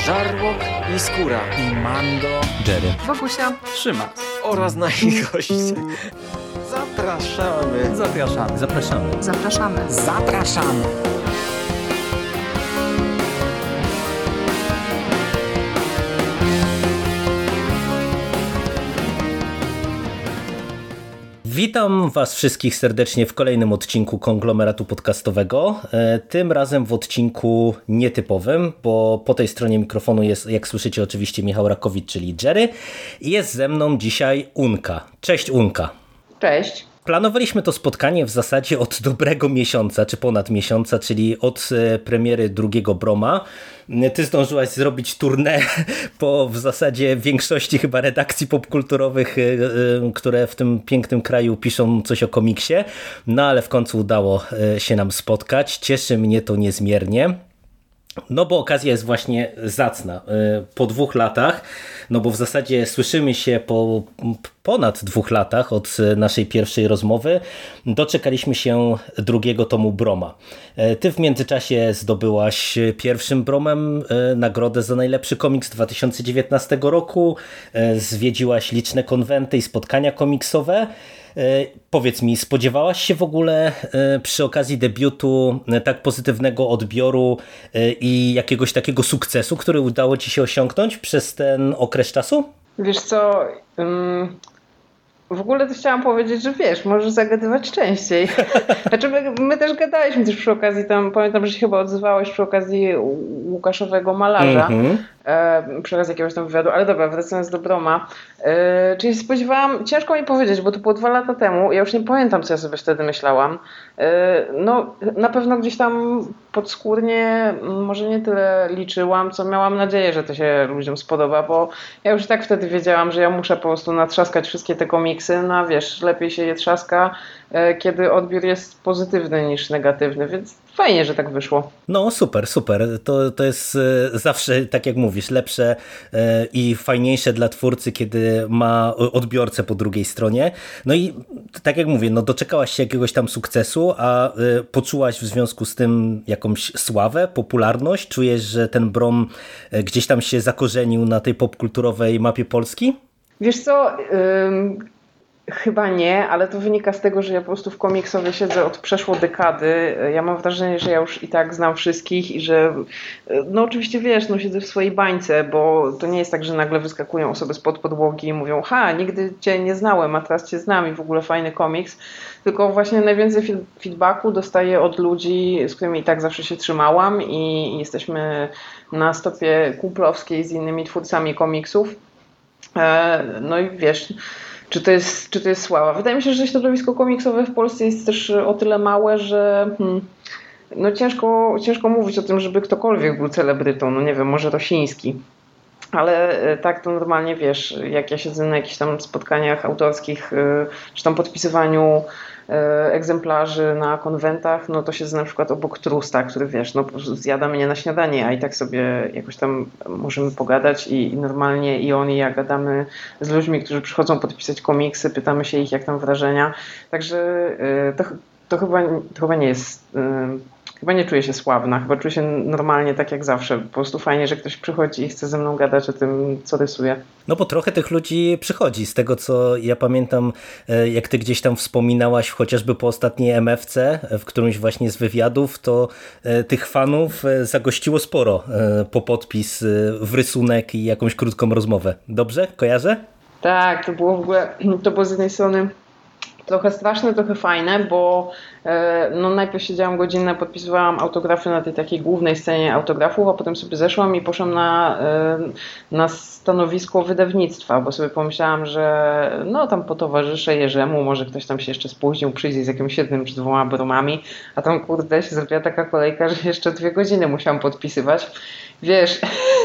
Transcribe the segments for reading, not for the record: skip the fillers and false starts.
Żarłok i Skóra i Mando, Jerry, Wokusia, Szymas oraz nasi goście. Zapraszamy. Zapraszamy. zapraszamy. zapraszamy. Zapraszamy. Witam Was wszystkich serdecznie w kolejnym odcinku Konglomeratu Podcastowego. Tym razem w odcinku nietypowym, bo po tej stronie mikrofonu jest, jak słyszycie, oczywiście Michał Rakowicz, czyli Jerry. I jest ze mną dzisiaj Unka. Cześć Unka. Cześć. Planowaliśmy to spotkanie w zasadzie od dobrego miesiąca, czy ponad miesiąca, czyli od premiery drugiego Broma. Ty zdążyłaś zrobić tournée po w zasadzie większości chyba redakcji popkulturowych, które w tym pięknym kraju piszą coś o komiksie, no ale w końcu udało się nam spotkać. Cieszy mnie to niezmiernie. No bo okazja jest właśnie zacna. Po 2 latach, no bo w zasadzie słyszymy się po ponad 2 latach od naszej pierwszej rozmowy, doczekaliśmy się drugiego tomu Broma. Ty w międzyczasie zdobyłaś pierwszym Bromem nagrodę za najlepszy komiks 2019 roku, zwiedziłaś liczne konwenty i spotkania komiksowe. Powiedz mi, spodziewałaś się w ogóle przy okazji debiutu tak pozytywnego odbioru i jakiegoś takiego sukcesu, który udało Ci się osiągnąć przez ten okres czasu? Wiesz co, w ogóle to chciałam powiedzieć, że wiesz, możesz zagadywać częściej. Znaczy my też gadaliśmy też przy okazji, tam pamiętam, że się chyba odzywałeś przy okazji Łukaszowego Malarza, przy okazji jakiegoś tam wywiadu, ale dobra, wracając do Broma. Czyli spodziewałam, ciężko mi powiedzieć, bo to było 2 lata temu, ja już nie pamiętam, co ja sobie wtedy myślałam. No na pewno gdzieś tam podskórnie może nie tyle liczyłam, co miałam nadzieję, że to się ludziom spodoba, bo ja już i tak wtedy wiedziałam, że ja muszę po prostu natrzaskać wszystkie te komiksy, no a wiesz, lepiej się je trzaska, kiedy odbiór jest pozytywny niż negatywny, więc fajnie, że tak wyszło. No super. To jest zawsze, tak jak mówisz, lepsze i fajniejsze dla twórcy, kiedy ma odbiorcę po drugiej stronie. No i tak jak mówię, no doczekałaś się jakiegoś tam sukcesu, a poczułaś w związku z tym jakąś sławę, popularność? Czujesz, że ten Brom gdzieś tam się zakorzenił na tej popkulturowej mapie Polski? Wiesz co, chyba nie, ale to wynika z tego, że ja po prostu w komiksowie siedzę od przeszło dekady. Ja mam wrażenie, że ja już i tak znam wszystkich i że no oczywiście wiesz, no siedzę w swojej bańce, bo to nie jest tak, że nagle wyskakują osoby spod podłogi i mówią: ha, nigdy cię nie znałem, a teraz cię znam i w ogóle fajny komiks. Tylko właśnie najwięcej feedbacku dostaję od ludzi, z którymi i tak zawsze się trzymałam i jesteśmy na stopie kumplowskiej z innymi twórcami komiksów. No i wiesz, czy to jest sława? Wydaje mi się, że środowisko komiksowe w Polsce jest też o tyle małe, że no ciężko mówić o tym, żeby ktokolwiek był celebrytą. No nie wiem, może Rosiński. Ale tak to normalnie wiesz, jak ja siedzę na jakichś tam spotkaniach autorskich, czy tam podpisywaniu egzemplarzy na konwentach, no to siedzę na przykład obok Trusta, który wiesz, no zjada mnie na śniadanie, a i tak sobie jakoś tam możemy pogadać i normalnie i on i ja gadamy z ludźmi, którzy przychodzą podpisać komiksy, pytamy się ich, jak tam wrażenia. Także to chyba nie jest... Chyba nie czuję się sławna, chyba czuję się normalnie tak jak zawsze. Po prostu fajnie, że ktoś przychodzi i chce ze mną gadać o tym, co rysuje. No bo trochę tych ludzi przychodzi. Z tego co ja pamiętam, jak ty gdzieś tam wspominałaś chociażby po ostatniej MFC, w którymś właśnie z wywiadów, to tych fanów zagościło sporo po podpis w rysunek i jakąś krótką rozmowę. Dobrze? Kojarzę? Tak, to było z jednej strony trochę straszne, trochę fajne, bo no najpierw siedziałam godzinę, podpisywałam autografy na tej takiej głównej scenie autografów, a potem sobie zeszłam i poszłam na stanowisko wydawnictwa, bo sobie pomyślałam, że no tam potowarzyszę Jerzemu, może ktoś tam się jeszcze spóźnił, przyjdzie z jakimś 1 czy 2 bromami, a tam kurde się zrobiła taka kolejka, że jeszcze 2 godziny musiałam podpisywać. Wiesz,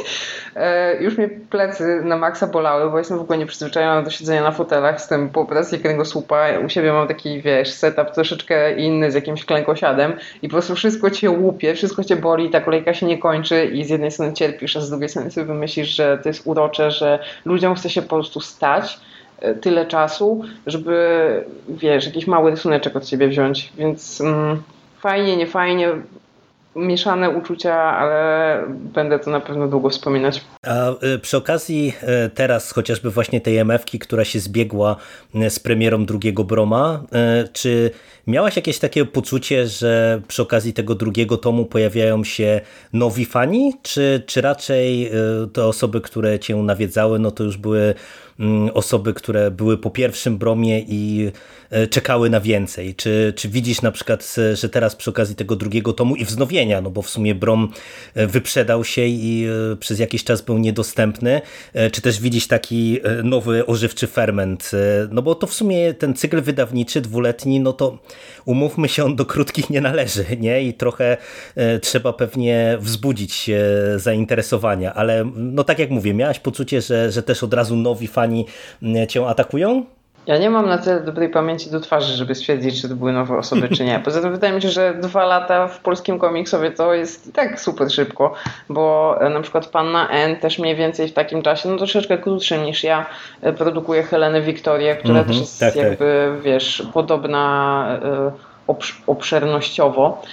już mnie plecy na maksa bolały, bo jestem w ogóle nieprzyzwyczajona do siedzenia na fotelach, jestem po operacji kręgosłupa, u siebie mam taki, wiesz, setup troszeczkę inny z jakimś klękosiadem i po prostu wszystko cię łupie, wszystko cię boli, ta kolejka się nie kończy i z jednej strony cierpisz, a z drugiej strony sobie myślisz, że to jest urocze, że ludziom chce się po prostu stać tyle czasu, żeby, wiesz, jakiś mały rysuneczek od ciebie wziąć, więc fajnie, nie fajnie. mieszane uczucia, ale będę to na pewno długo wspominać. A przy okazji teraz chociażby właśnie tej MF-ki, która się zbiegła z premierą drugiego Broma, czy miałaś jakieś takie poczucie, że przy okazji tego drugiego tomu pojawiają się nowi fani, czy raczej te osoby, które cię nawiedzały, no to już były osoby, które były po pierwszym Bromie i czekały na więcej? Czy widzisz na przykład, że teraz przy okazji tego drugiego tomu i wznowienia, no bo w sumie Brom wyprzedał się i przez jakiś czas był niedostępny, czy też widzisz taki nowy, ożywczy ferment? No bo to w sumie ten cykl wydawniczy dwuletni, no to umówmy się, on do krótkich nie należy, nie? I trochę trzeba pewnie wzbudzić zainteresowania, ale no tak jak mówię, miałaś poczucie, że też od razu nowi fani cię atakują? Ja nie mam na tyle dobrej pamięci do twarzy, żeby stwierdzić, czy to były nowe osoby, czy nie. Poza tym wydaje mi się, że 2 lata w polskim komiksowie to jest i tak super szybko, bo na przykład Panna N też mniej więcej w takim czasie, no troszeczkę krótszym niż ja, produkuje Helenę Wiktorię, która też jest jakby, wiesz, podobna obszernościowo.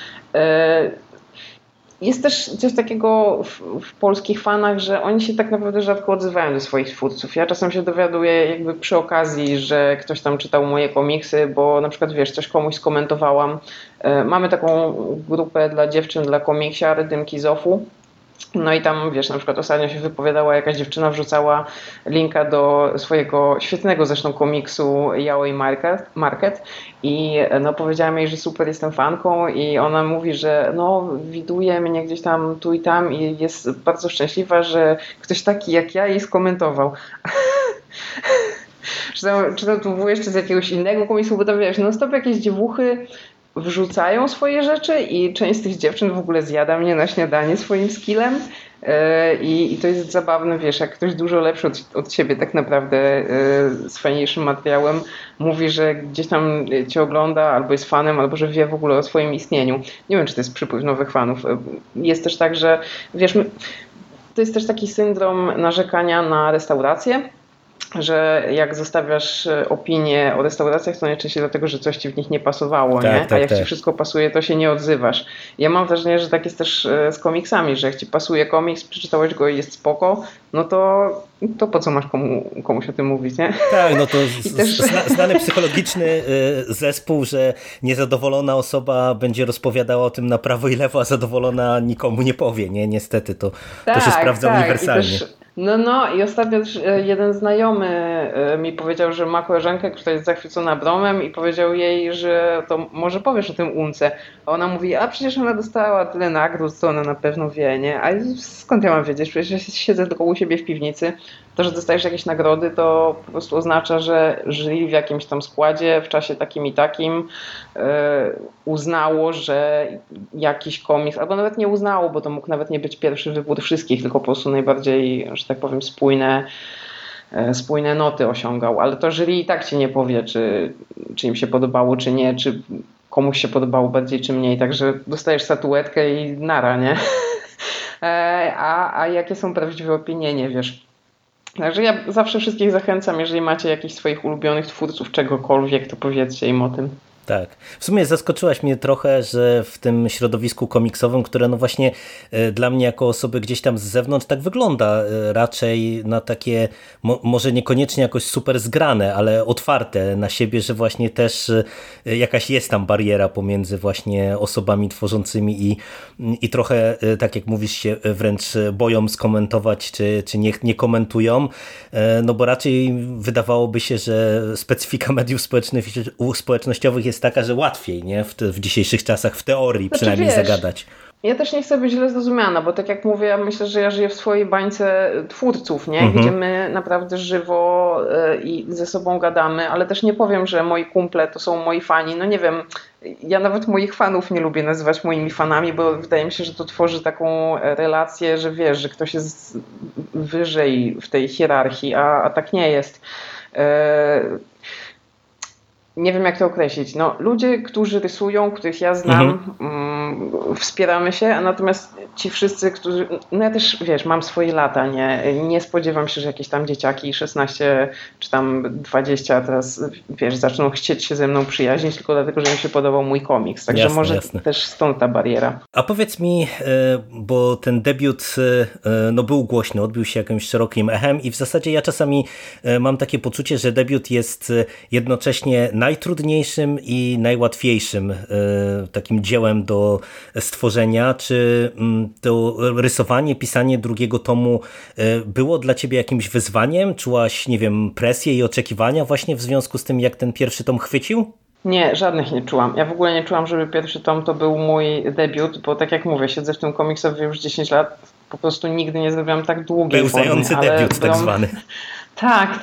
Jest też coś takiego w polskich fanach, że oni się tak naprawdę rzadko odzywają do swoich twórców. Ja czasem się dowiaduję jakby przy okazji, że ktoś tam czytał moje komiksy, bo na przykład, wiesz, coś komuś skomentowałam. Mamy taką grupę dla dziewczyn, dla komiksiar, Dymki Zofu. No i tam, wiesz, na przykład ostatnio się wypowiadała jakaś dziewczyna, wrzucała linka do swojego świetnego zresztą komiksu Yaoi Market i no powiedziałam jej, że super, jestem fanką i ona mówi, że no widuje mnie gdzieś tam tu i tam i jest bardzo szczęśliwa, że ktoś taki jak ja jej skomentował. Czy to było jeszcze z jakiegoś innego komiksu, bo to wiesz, no stop jakieś dziewuchy wrzucają swoje rzeczy i część z tych dziewczyn w ogóle zjada mnie na śniadanie swoim skillem i to jest zabawne, wiesz, jak ktoś dużo lepszy od ciebie tak naprawdę z fajniejszym materiałem mówi, że gdzieś tam cię ogląda albo jest fanem, albo że wie w ogóle o swoim istnieniu. Nie wiem, czy to jest przypływ nowych fanów. Jest też tak, że wiesz, to jest też taki syndrom narzekania na restaurację, że jak zostawiasz opinię o restauracjach, to najczęściej dlatego, że coś ci w nich nie pasowało, nie? A jak ci wszystko pasuje, to się nie odzywasz. Ja mam wrażenie, że tak jest też z komiksami, że jak ci pasuje komiks, przeczytałeś go i jest spoko, no to po co masz komuś o tym mówić, nie? Tak, no to znany psychologiczny zespół, że niezadowolona osoba będzie rozpowiadała o tym na prawo i lewo, a zadowolona nikomu nie powie, nie? Niestety to się sprawdza uniwersalnie. No i ostatnio jeden znajomy mi powiedział, że ma koleżankę, która jest zachwycona Bromem i powiedział jej, że to może powiesz o tym Unce. A ona mówi, a przecież ona dostała tyle nagród, co ona na pewno wie, nie? A skąd ja mam wiedzieć? Przecież siedzę tylko u siebie w piwnicy. To, że dostajesz jakieś nagrody, to po prostu oznacza, że jury w jakimś tam składzie w czasie takim i takim uznało, że jakiś komiks, albo nawet nie uznało, bo to mógł nawet nie być pierwszy wybór wszystkich, tylko po prostu najbardziej, że tak powiem, spójne noty osiągał. Ale to jury i tak ci nie powie, czy im się podobało, czy nie, czy komuś się podobało bardziej, czy mniej. Także dostajesz statuetkę i nara, nie? A jakie są prawdziwe opinie, nie wiesz. Także ja zawsze wszystkich zachęcam, jeżeli macie jakichś swoich ulubionych twórców czegokolwiek, to powiedzcie im o tym. Tak. W sumie zaskoczyłaś mnie trochę, że w tym środowisku komiksowym, które no właśnie dla mnie jako osoby gdzieś tam z zewnątrz tak wygląda raczej na takie, może niekoniecznie jakoś super zgrane, ale otwarte na siebie, że właśnie też jakaś jest tam bariera pomiędzy właśnie osobami tworzącymi i trochę, tak jak mówisz, się wręcz boją skomentować, czy nie komentują, no bo raczej wydawałoby się, że specyfika mediów społecznościowych jest taka, że łatwiej, nie? W dzisiejszych czasach, w teorii przynajmniej zagadać. Ja też nie chcę być źle zrozumiana, bo tak jak mówię, ja myślę, że ja żyję w swojej bańce twórców, nie? Gdzie my naprawdę żywo i ze sobą gadamy, ale też nie powiem, że moi kumple to są moi fani. No nie wiem, ja nawet moich fanów nie lubię nazywać moimi fanami, bo wydaje mi się, że to tworzy taką relację, że wiesz, że ktoś jest wyżej w tej hierarchii, a tak nie jest. nie wiem jak to określić. No, ludzie, którzy rysują, których ja znam, wspieramy się, a natomiast ci wszyscy, którzy... No ja też, wiesz, mam swoje lata, nie spodziewam się, że jakieś tam dzieciaki 16 czy tam 20 teraz, wiesz, zaczną chcieć się ze mną przyjaźnić, tylko dlatego, że im się podobał mój komiks. Także jasne, może jasne. też stąd ta bariera. A powiedz mi, bo ten debiut no był głośny, odbił się jakimś szerokim echem i w zasadzie ja czasami mam takie poczucie, że debiut jest jednocześnie najtrudniejszym i najłatwiejszym takim dziełem do stworzenia. Czy to rysowanie, pisanie drugiego tomu było dla ciebie jakimś wyzwaniem? Czułaś, nie wiem, presję i oczekiwania właśnie w związku z tym, jak ten pierwszy tom chwycił? Nie, żadnych nie czułam. Ja w ogóle nie czułam, żeby pierwszy tom to był mój debiut, bo tak jak mówię, siedzę w tym komiksowie już 10 lat, po prostu nigdy nie zrobiłam tak długiej Pełzający debiut tak zwany. Tak.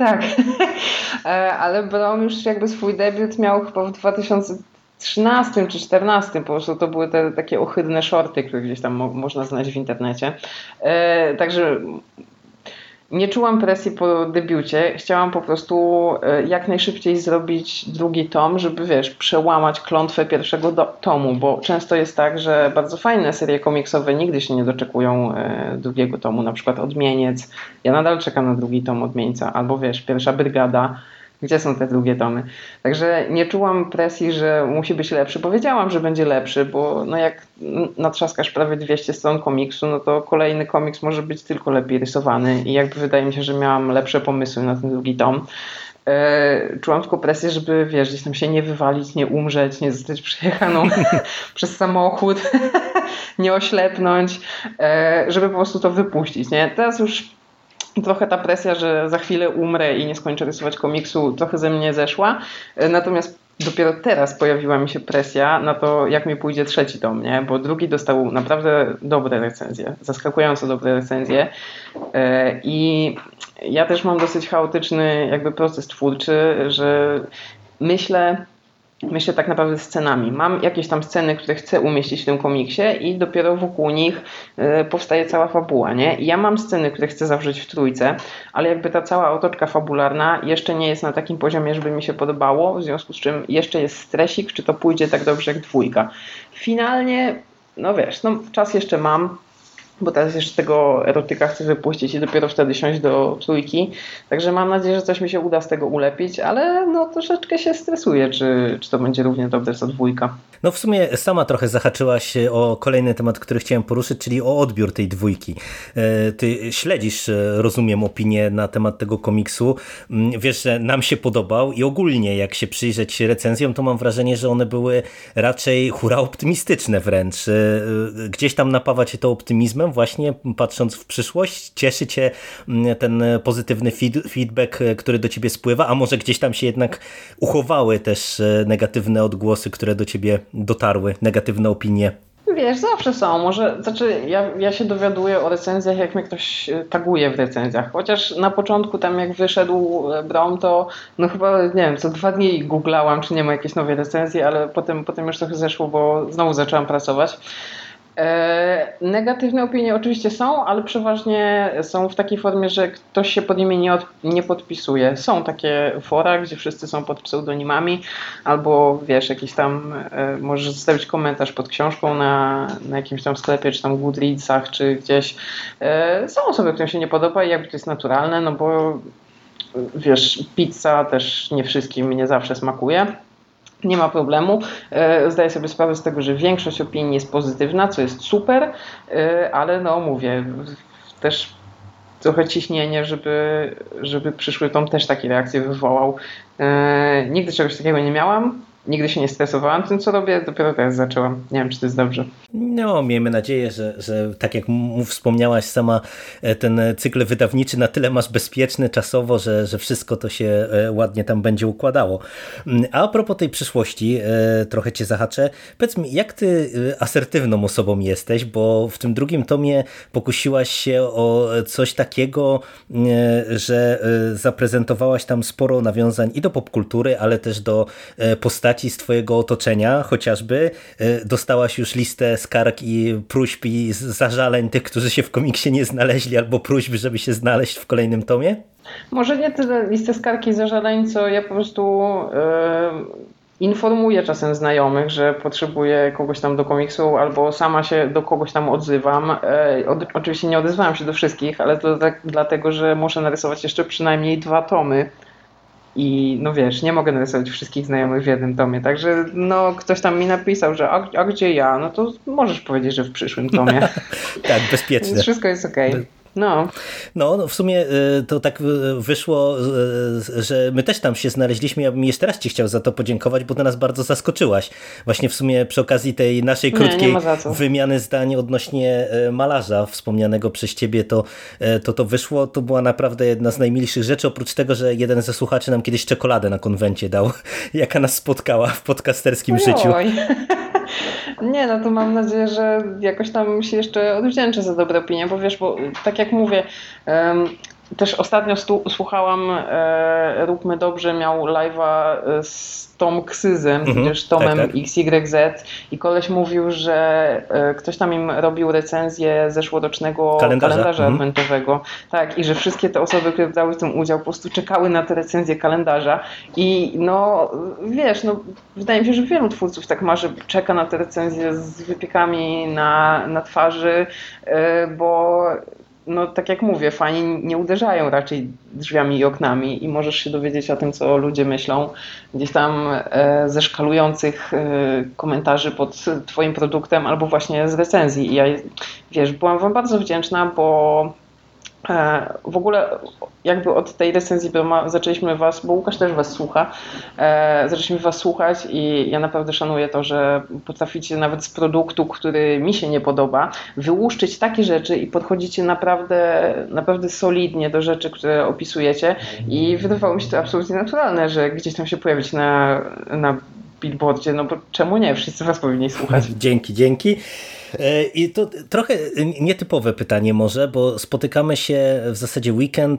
Ale Brom już jakby swój debiut miał chyba w 2013 czy 2014, po prostu to były te takie ohydne shorty, które gdzieś tam można znaleźć w internecie. Także nie czułam presji po debiucie. Chciałam po prostu jak najszybciej zrobić drugi tom, żeby, wiesz, przełamać klątwę pierwszego tomu, bo często jest tak, że bardzo fajne serie komiksowe nigdy się nie doczekują drugiego tomu, na przykład Odmieniec. Ja nadal czekam na drugi tom Odmieńca, albo wiesz, Pierwsza Brygada. Gdzie są te drugie tomy? Także nie czułam presji, że musi być lepszy. Powiedziałam, że będzie lepszy, bo no jak natrzaskasz prawie 200 stron komiksu, no to kolejny komiks może być tylko lepiej rysowany i jakby wydaje mi się, że miałam lepsze pomysły na ten drugi tom. Czułam tylko presję, żeby, wiesz, gdzieś tam się nie wywalić, nie umrzeć, nie zostać przejechaną przez samochód, nie oślepnąć, żeby po prostu to wypuścić, nie? Teraz już trochę ta presja, że za chwilę umrę i nie skończę rysować komiksu, trochę ze mnie zeszła. Natomiast dopiero teraz pojawiła mi się presja na to, jak mi pójdzie trzeci tom, nie? Bo drugi dostał naprawdę dobre recenzje, zaskakująco dobre recenzje. I ja też mam dosyć chaotyczny jakby proces twórczy, że myślę tak naprawdę scenami. Mam jakieś tam sceny, które chcę umieścić w tym komiksie i dopiero wokół nich powstaje cała fabuła, nie? I ja mam sceny, które chcę zawrzeć w trójce, ale jakby ta cała otoczka fabularna jeszcze nie jest na takim poziomie, żeby mi się podobało, w związku z czym jeszcze jest stresik, czy to pójdzie tak dobrze jak dwójka. Finalnie, no wiesz, no czas jeszcze mam, bo teraz jeszcze tego erotyka chcę wypuścić i dopiero wtedy siąść do trójki. Także mam nadzieję, że coś mi się uda z tego ulepić, ale no troszeczkę się stresuję, czy to będzie równie dobre co dwójka. No w sumie sama trochę zahaczyłaś o kolejny temat, który chciałem poruszyć, czyli o odbiór tej dwójki. Ty śledzisz, rozumiem, opinię na temat tego komiksu. Wiesz, że nam się podobał i ogólnie jak się przyjrzeć recenzjom, to mam wrażenie, że one były raczej hura optymistyczne wręcz. Gdzieś tam napawa cię to optymizmem właśnie patrząc w przyszłość? Cieszy cię ten pozytywny feedback, który do ciebie spływa, a może gdzieś tam się jednak uchowały też negatywne odgłosy, które do ciebie dotarły, negatywne opinie? Wiesz, zawsze są. Może, znaczy ja się dowiaduję o recenzjach, jak mnie ktoś taguje w recenzjach. Chociaż na początku tam jak wyszedł Brom, to no chyba, nie wiem, co 2 dni googlałam, czy nie ma jakiejś nowej recenzji, ale potem już trochę zeszło, bo znowu zaczęłam pracować. Negatywne opinie oczywiście są, ale przeważnie są w takiej formie, że ktoś się pod nimi nie podpisuje. Są takie fora, gdzie wszyscy są pod pseudonimami, albo wiesz, jakiś tam możesz zostawić komentarz pod książką na jakimś tam sklepie, czy tam Goodreadsach, czy gdzieś. Są osoby, którym się nie podoba i jakby to jest naturalne, no bo wiesz, pizza też nie wszystkim nie zawsze smakuje. Nie ma problemu. Zdaję sobie sprawę z tego, że większość opinii jest pozytywna, co jest super, ale no mówię, też trochę ciśnienie, żeby przyszły tom też takie reakcje wywołał. Nigdy czegoś takiego nie miałam. Nigdy się nie stresowałam tym, co robię, dopiero teraz zaczęłam. Nie wiem, czy to jest dobrze. No, miejmy nadzieję, że tak jak wspomniałaś sama, ten cykl wydawniczy na tyle masz bezpieczny czasowo, że wszystko to się ładnie tam będzie układało. A propos tej przyszłości, trochę cię zahaczę. Powiedz mi, jak ty asertywną osobą jesteś, bo w tym drugim tomie pokusiłaś się o coś takiego, że zaprezentowałaś tam sporo nawiązań i do popkultury, ale też do postaci braci z twojego otoczenia chociażby? Dostałaś już listę skarg i próśb i zażaleń tych, którzy się w komiksie nie znaleźli, albo próśb, żeby się znaleźć w kolejnym tomie? Może nie tyle listę skarg i zażaleń, co ja po prostu informuję czasem znajomych, że potrzebuję kogoś tam do komiksu, albo sama się do kogoś tam odzywam. Oczywiście nie odezwałam się do wszystkich, ale to tak dlatego, że muszę narysować jeszcze przynajmniej 2 tomy. I no wiesz, nie mogę narysować wszystkich znajomych w jednym tomie, także no ktoś tam mi napisał, że a gdzie ja? No to możesz powiedzieć, że w przyszłym tomie. Tak, bezpiecznie. Więc wszystko jest okej. No, w sumie to tak wyszło, że my też tam się znaleźliśmy. Ja bym jeszcze raz ci chciał za to podziękować, bo to nas bardzo zaskoczyłaś. Właśnie w sumie przy okazji tej naszej krótkiej wymiany zdań odnośnie malarza wspomnianego przez ciebie, to wyszło. To była naprawdę jedna z najmilszych rzeczy, oprócz tego, że jeden ze słuchaczy nam kiedyś czekoladę na konwencie dał, jaka nas spotkała w podcasterskim życiu. Nie, no to mam nadzieję, że jakoś tam się jeszcze odwdzięczę za dobre opinie, bo wiesz, bo tak jak mówię, też ostatnio słuchałam Róbmy Dobrze, miał live'a z Tom Ksyzem, też Tomem tak. XYZ i koleś mówił, że ktoś tam im robił recenzję zeszłorocznego kalendarza adwentowego. Tak, i że wszystkie te osoby, które brały w tym udział, po prostu czekały na te recenzje kalendarza i no wiesz, no wydaje mi się, że wielu twórców tak ma, że czeka na te recenzje z wypiekami na twarzy, bo no tak jak mówię, fani nie uderzają raczej drzwiami i oknami i możesz się dowiedzieć o tym, co ludzie myślą gdzieś tam ze szkalujących komentarzy pod twoim produktem albo właśnie z recenzji. I ja, wiesz, byłam wam bardzo wdzięczna, bo w ogóle jakby od tej recenzji zaczęliśmy was, bo Łukasz też was słucha, zaczęliśmy was słuchać i ja naprawdę szanuję to, że potraficie nawet z produktu, który mi się nie podoba, wyłuszczyć takie rzeczy i podchodzicie naprawdę solidnie do rzeczy, które opisujecie i wydawało mi się to absolutnie naturalne, że gdzieś tam się pojawić na billboardzie, no bo czemu nie? Wszyscy was powinni słuchać. Dzięki. I to trochę nietypowe pytanie może, bo spotykamy się w zasadzie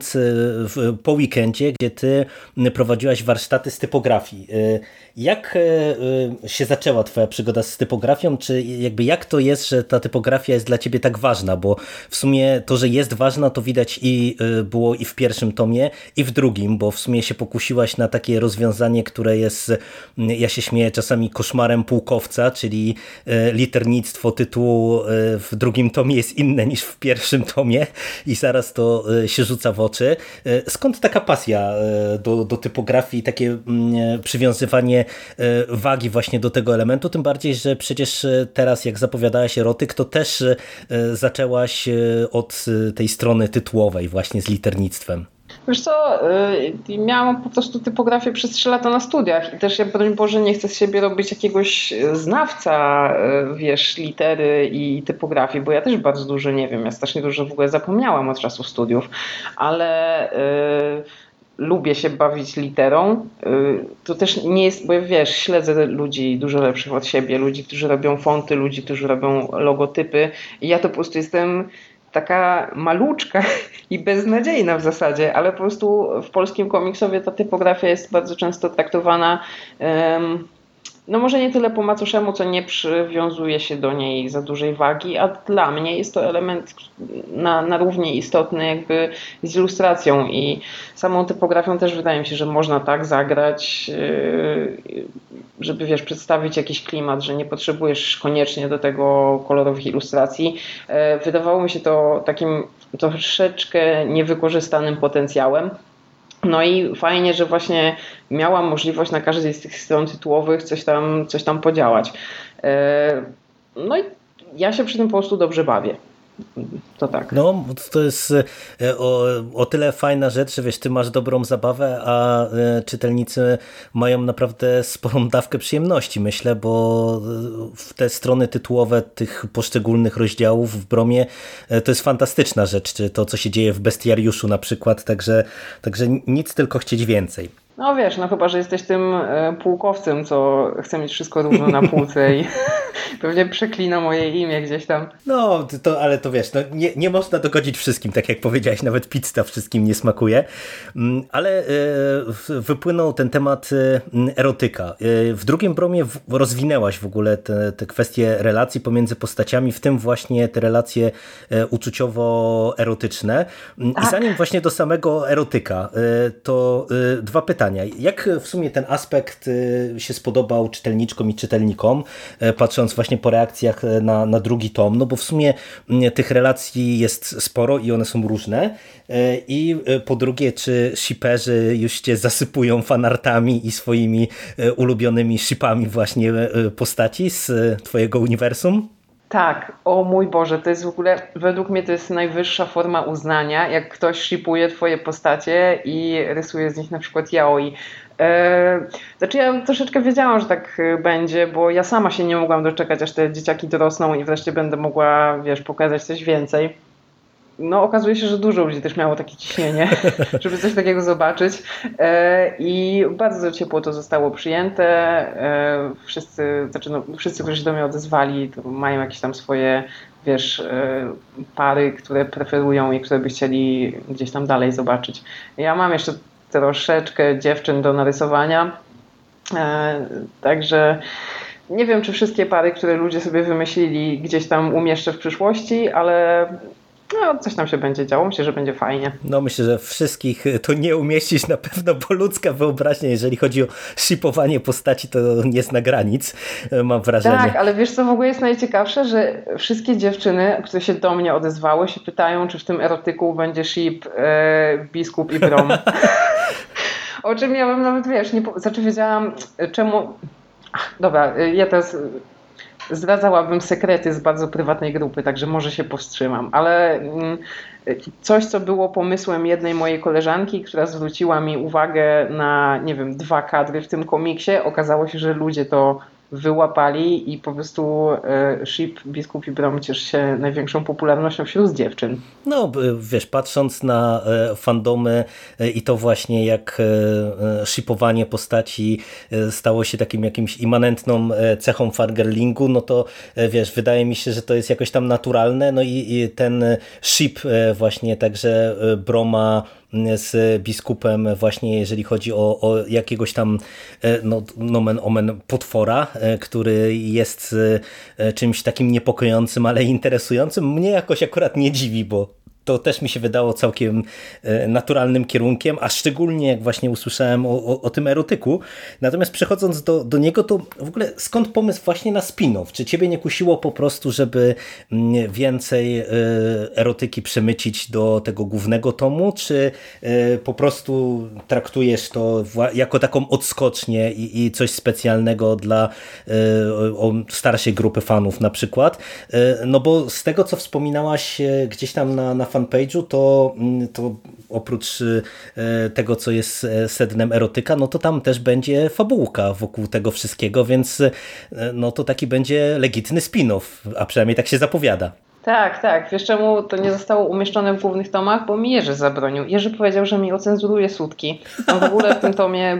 po weekendzie, gdzie ty prowadziłaś warsztaty z typografii. Jak się zaczęła twoja przygoda z typografią? Czy jakby jak to jest, że ta typografia jest dla ciebie tak ważna? Bo w sumie to, że jest ważna, to widać było i w pierwszym tomie, i w drugim, bo w sumie się pokusiłaś na takie rozwiązanie, które jest, ja się śmieję czasami, koszmarem pułkowca, czyli liternictwo tytułu w drugim tomie jest inne niż w pierwszym tomie i zaraz to się rzuca w oczy. Skąd taka pasja do typografii, takie przywiązywanie wagi właśnie do tego elementu, tym bardziej, że przecież teraz jak zapowiadałaś erotyk, to też zaczęłaś od tej strony tytułowej właśnie z liternictwem. Wiesz co, miałam po prostu typografię przez 3 lata na studiach i też ja, broń Boże, nie chcę z siebie robić jakiegoś znawca, wiesz, litery i typografii, bo ja też bardzo dużo nie wiem, ja strasznie dużo w ogóle zapomniałam od czasu studiów, ale lubię się bawić literą. To też nie jest, bo wiesz, śledzę ludzi dużo lepszych od siebie, ludzi, którzy robią fonty, ludzi, którzy robią logotypy i ja to po prostu jestem taka maluczka i beznadziejna w zasadzie, ale po prostu w polskim komiksowie ta typografia jest bardzo często traktowana no może nie tyle po macoszemu, co nie przywiązuje się do niej za dużej wagi, a dla mnie jest to element na równie istotny jakby z ilustracją i samą typografią też wydaje mi się, że można tak zagrać, żeby wiesz, przedstawić jakiś klimat, że nie potrzebujesz koniecznie do tego kolorowych ilustracji. Wydawało mi się to takim troszeczkę niewykorzystanym potencjałem. No i fajnie, że właśnie miałam możliwość na każdej z tych stron tytułowych coś tam podziałać. No i ja się przy tym po prostu dobrze bawię. To tak. No, to jest o tyle fajna rzecz, że wiesz, ty masz dobrą zabawę, a czytelnicy mają naprawdę sporą dawkę przyjemności, myślę, bo w te strony tytułowe tych poszczególnych rozdziałów w Bromie to jest fantastyczna rzecz, czy to, co się dzieje w Bestiariuszu na przykład, także nic, tylko chcieć więcej. No wiesz, no chyba, że jesteś tym pułkowcem, co chce mieć wszystko równo na półce i pewnie przeklina moje imię gdzieś tam. No, ale to wiesz, no, nie można dogodzić wszystkim, tak jak powiedziałeś, nawet pizza wszystkim nie smakuje, ale wypłynął ten temat erotyka. W drugim Bromie rozwinęłaś w ogóle te kwestie relacji pomiędzy postaciami, w tym właśnie te relacje uczuciowo-erotyczne. Tak. I zanim właśnie do samego erotyka, to dwa pytania. Jak w sumie ten aspekt się spodobał czytelniczkom i czytelnikom, patrząc właśnie po reakcjach na drugi tom, no bo w sumie tych relacji jest sporo i one są różne. I po drugie, czy shiperzy już cię zasypują fanartami i swoimi ulubionymi shipami właśnie postaci z twojego uniwersum? Tak, o mój Boże, to jest w ogóle, według mnie to jest najwyższa forma uznania, jak ktoś shipuje twoje postacie i rysuje z nich na przykład yaoi. Znaczy ja troszeczkę wiedziałam, że tak będzie, bo ja sama się nie mogłam doczekać, aż te dzieciaki dorosną i wreszcie będę mogła, wiesz, pokazać coś więcej. No okazuje się, że dużo ludzi też miało takie ciśnienie, żeby coś takiego zobaczyć i bardzo ciepło to zostało przyjęte. Wszyscy, którzy się do mnie odezwali, to mają jakieś tam swoje, wiesz, pary, które preferują i które by chcieli gdzieś tam dalej zobaczyć. Ja mam jeszcze troszeczkę dziewczyn do narysowania, także nie wiem, czy wszystkie pary, które ludzie sobie wymyślili, gdzieś tam umieszczę w przyszłości, ale no, coś tam się będzie działo. Myślę, że będzie fajnie. No myślę, że wszystkich to nie umieścić na pewno, bo ludzka wyobraźnia, jeżeli chodzi o shipowanie postaci, to nie zna granic, mam wrażenie. Tak, ale wiesz co w ogóle jest najciekawsze, że wszystkie dziewczyny, które się do mnie odezwały, się pytają, czy w tym erotyku będzie ship biskup i Brom. O czym ja bym nawet, wiesz, wiedziałam czemu... Dobra, ja teraz... Zdradzałabym sekrety z bardzo prywatnej grupy, także może się powstrzymam, ale coś, co było pomysłem jednej mojej koleżanki, która zwróciła mi uwagę na, nie wiem, 2 kadry w tym komiksie, okazało się, że ludzie to wyłapali i po prostu ship Biskup i Brom cieszy się największą popularnością wśród dziewczyn. No wiesz, patrząc na fandomy i to właśnie jak shipowanie postaci stało się takim jakimś immanentną cechą fangirlingu, no to wiesz, wydaje mi się, że to jest jakoś tam naturalne, no i ten ship właśnie także Broma z biskupem właśnie jeżeli chodzi o jakiegoś tam no, nomen omen potwora, który jest czymś takim niepokojącym, ale interesującym. Mnie jakoś akurat nie dziwi, bo to też mi się wydało całkiem naturalnym kierunkiem, a szczególnie jak właśnie usłyszałem o tym erotyku. Natomiast przechodząc do niego, to w ogóle skąd pomysł właśnie na spin-off? Czy ciebie nie kusiło po prostu, żeby więcej erotyki przemycić do tego głównego tomu, czy po prostu traktujesz to jako taką odskocznię i coś specjalnego dla starszej grupy fanów na przykład? No bo z tego, co wspominałaś gdzieś tam na fanpage'u, to oprócz tego, co jest sednem erotyka, no to tam też będzie fabułka wokół tego wszystkiego, więc no to taki będzie legitny spin-off, a przynajmniej tak się zapowiada. Tak, tak. Wiesz czemu to nie zostało umieszczone w głównych tomach? Bo mi Jerzy zabronił. Jerzy powiedział, że mi ocenzuruje sutki. No w ogóle w tym tomie,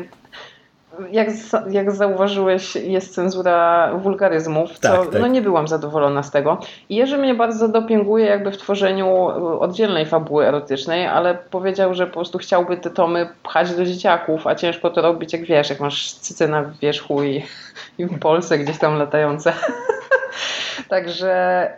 jak zauważyłeś, jest cenzura wulgaryzmów, co tak. No nie byłam zadowolona z tego. I Jerzy mnie bardzo dopinguje jakby w tworzeniu oddzielnej fabuły erotycznej, ale powiedział, że po prostu chciałby te tomy pchać do dzieciaków, a ciężko to robić, jak wiesz, jak masz cyce na wierzchu i bolce gdzieś tam latające. Także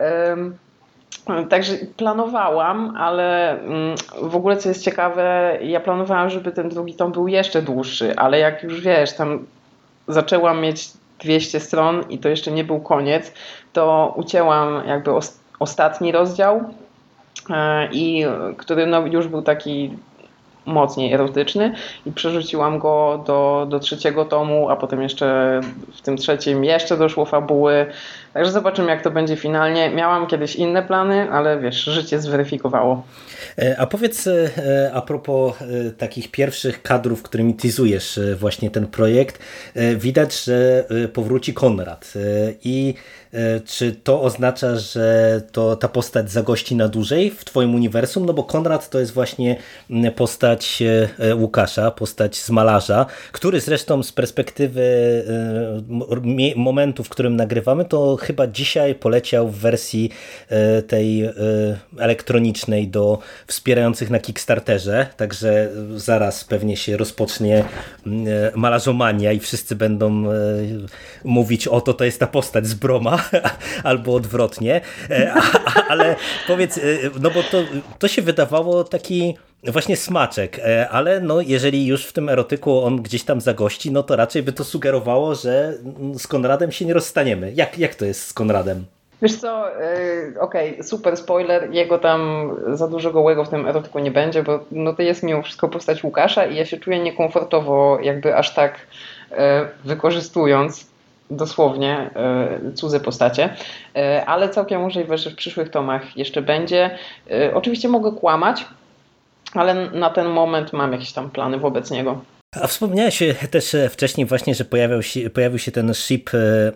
planowałam, ale w ogóle co jest ciekawe, ja planowałam, żeby ten drugi tom był jeszcze dłuższy, ale jak już wiesz, tam zaczęłam mieć 200 stron i to jeszcze nie był koniec, to ucięłam jakby ostatni rozdział, i który no już był taki mocniej erotyczny i przerzuciłam go do 3. tomu, a potem jeszcze w tym 3. jeszcze doszło fabuły. Także zobaczymy, jak to będzie finalnie. Miałam kiedyś inne plany, ale wiesz, życie zweryfikowało. A powiedz a propos takich pierwszych kadrów, którymi teasujesz właśnie ten projekt, widać, że powróci Konrad i czy to oznacza, że ta postać zagości na dłużej w twoim uniwersum? No bo Konrad to jest właśnie postać Łukasza, postać z Malarza, który zresztą z perspektywy momentu, w którym nagrywamy, to chyba dzisiaj poleciał w wersji tej elektronicznej do wspierających na Kickstarterze, także zaraz pewnie się rozpocznie malarzomania i wszyscy będą mówić, to jest ta postać z Broma, albo odwrotnie, ale powiedz, no bo to się wydawało taki właśnie smaczek, ale no jeżeli już w tym erotyku on gdzieś tam zagości, no to raczej by to sugerowało, że z Konradem się nie rozstaniemy. Jak to jest z Konradem? Wiesz co, okej, super spoiler, jego tam za dużego łego w tym erotyku nie będzie, bo no to jest mimo wszystko postać Łukasza i ja się czuję niekomfortowo jakby aż tak wykorzystując dosłownie cudze postacie, ale całkiem możliwe, że w przyszłych tomach jeszcze będzie. Oczywiście mogę kłamać, ale na ten moment mam jakieś tam plany wobec niego. A wspomniałeś też wcześniej właśnie, że pojawił się ten ship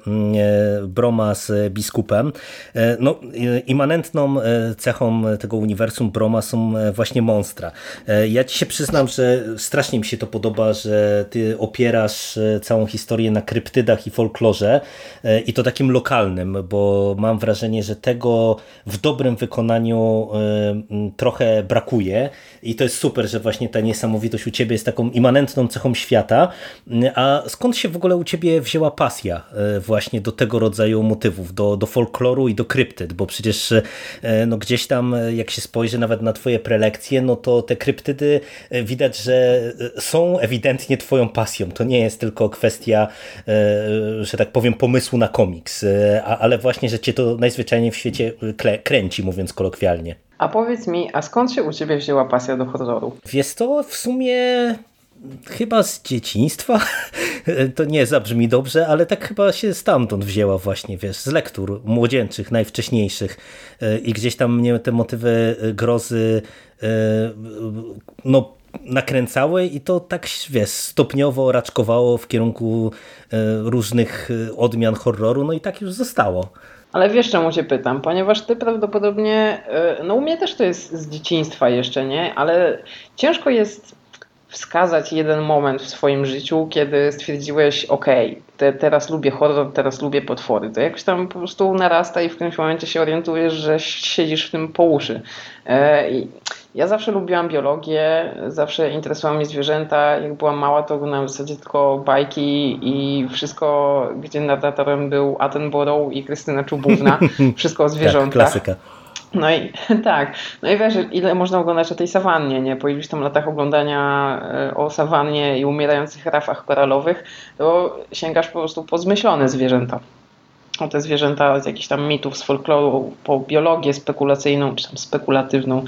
Broma z biskupem. No, immanentną cechą tego uniwersum Broma są właśnie monstra. Ja ci się przyznam, że strasznie mi się to podoba, że ty opierasz całą historię na kryptydach i folklorze i to takim lokalnym, bo mam wrażenie, że tego w dobrym wykonaniu trochę brakuje i to jest super, że właśnie ta niesamowitość u ciebie jest taką immanentną cechą świata. A skąd się w ogóle u ciebie wzięła pasja właśnie do tego rodzaju motywów, do folkloru i do kryptyd? Bo przecież no gdzieś tam jak się spojrzy nawet na twoje prelekcje, no to te kryptydy widać, że są ewidentnie twoją pasją. To nie jest tylko kwestia, że tak powiem, pomysłu na komiks, ale właśnie, że cię to najzwyczajniej w świecie kręci, mówiąc kolokwialnie. A powiedz mi, a skąd się u ciebie wzięła pasja do horroru? Wiesz to w sumie chyba z dzieciństwa. To nie zabrzmi dobrze, ale tak chyba się stamtąd wzięła właśnie, wiesz, z lektur młodzieńczych, najwcześniejszych i gdzieś tam mnie te motywy grozy no nakręcały i to tak, wiesz, stopniowo raczkowało w kierunku różnych odmian horroru, no i tak już zostało. Ale wiesz, czemu cię pytam? Ponieważ ty prawdopodobnie, no u mnie też to jest z dzieciństwa jeszcze, nie? Ale ciężko jest wskazać jeden moment w swoim życiu, kiedy stwierdziłeś, teraz lubię horror, teraz lubię potwory. To jakoś tam po prostu narasta i w którymś momencie się orientujesz, że siedzisz w tym po uszy. Ja zawsze lubiłam biologię, zawsze interesowały mnie zwierzęta. Jak byłam mała, to oglądałam w zasadzie tylko bajki i wszystko, gdzie narratorem był Attenborough i Krystyna Czubówna. Wszystko o zwierzątach. Tak, klasyka. No i tak, no i wiesz, ile można oglądać o tej sawannie, nie? Po iluś tam latach oglądania o sawannie i umierających rafach koralowych, to sięgasz po prostu po zmyślone zwierzęta. O te zwierzęta z jakichś tam mitów, z folkloru, po biologię spekulacyjną, czy tam spekulatywną.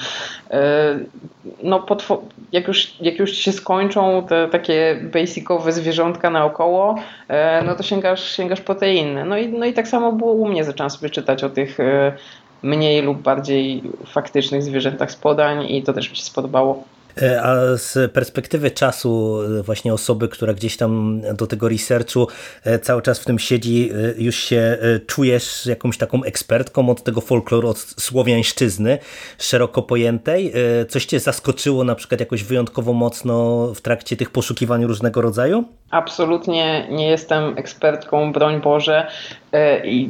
No jak już się skończą te takie basicowe zwierzątka naokoło, no to sięgasz po te inne. No i tak samo było u mnie, zaczęłam sobie czytać o tych mniej lub bardziej faktycznych zwierzętach z podań i to też mi się spodobało. A z perspektywy czasu właśnie osoby, która gdzieś tam do tego researchu cały czas w tym siedzi, już się czujesz jakąś taką ekspertką od tego folkloru, od słowiańszczyzny szeroko pojętej? Coś cię zaskoczyło na przykład jakoś wyjątkowo mocno w trakcie tych poszukiwań różnego rodzaju? Absolutnie nie jestem ekspertką, broń Boże. I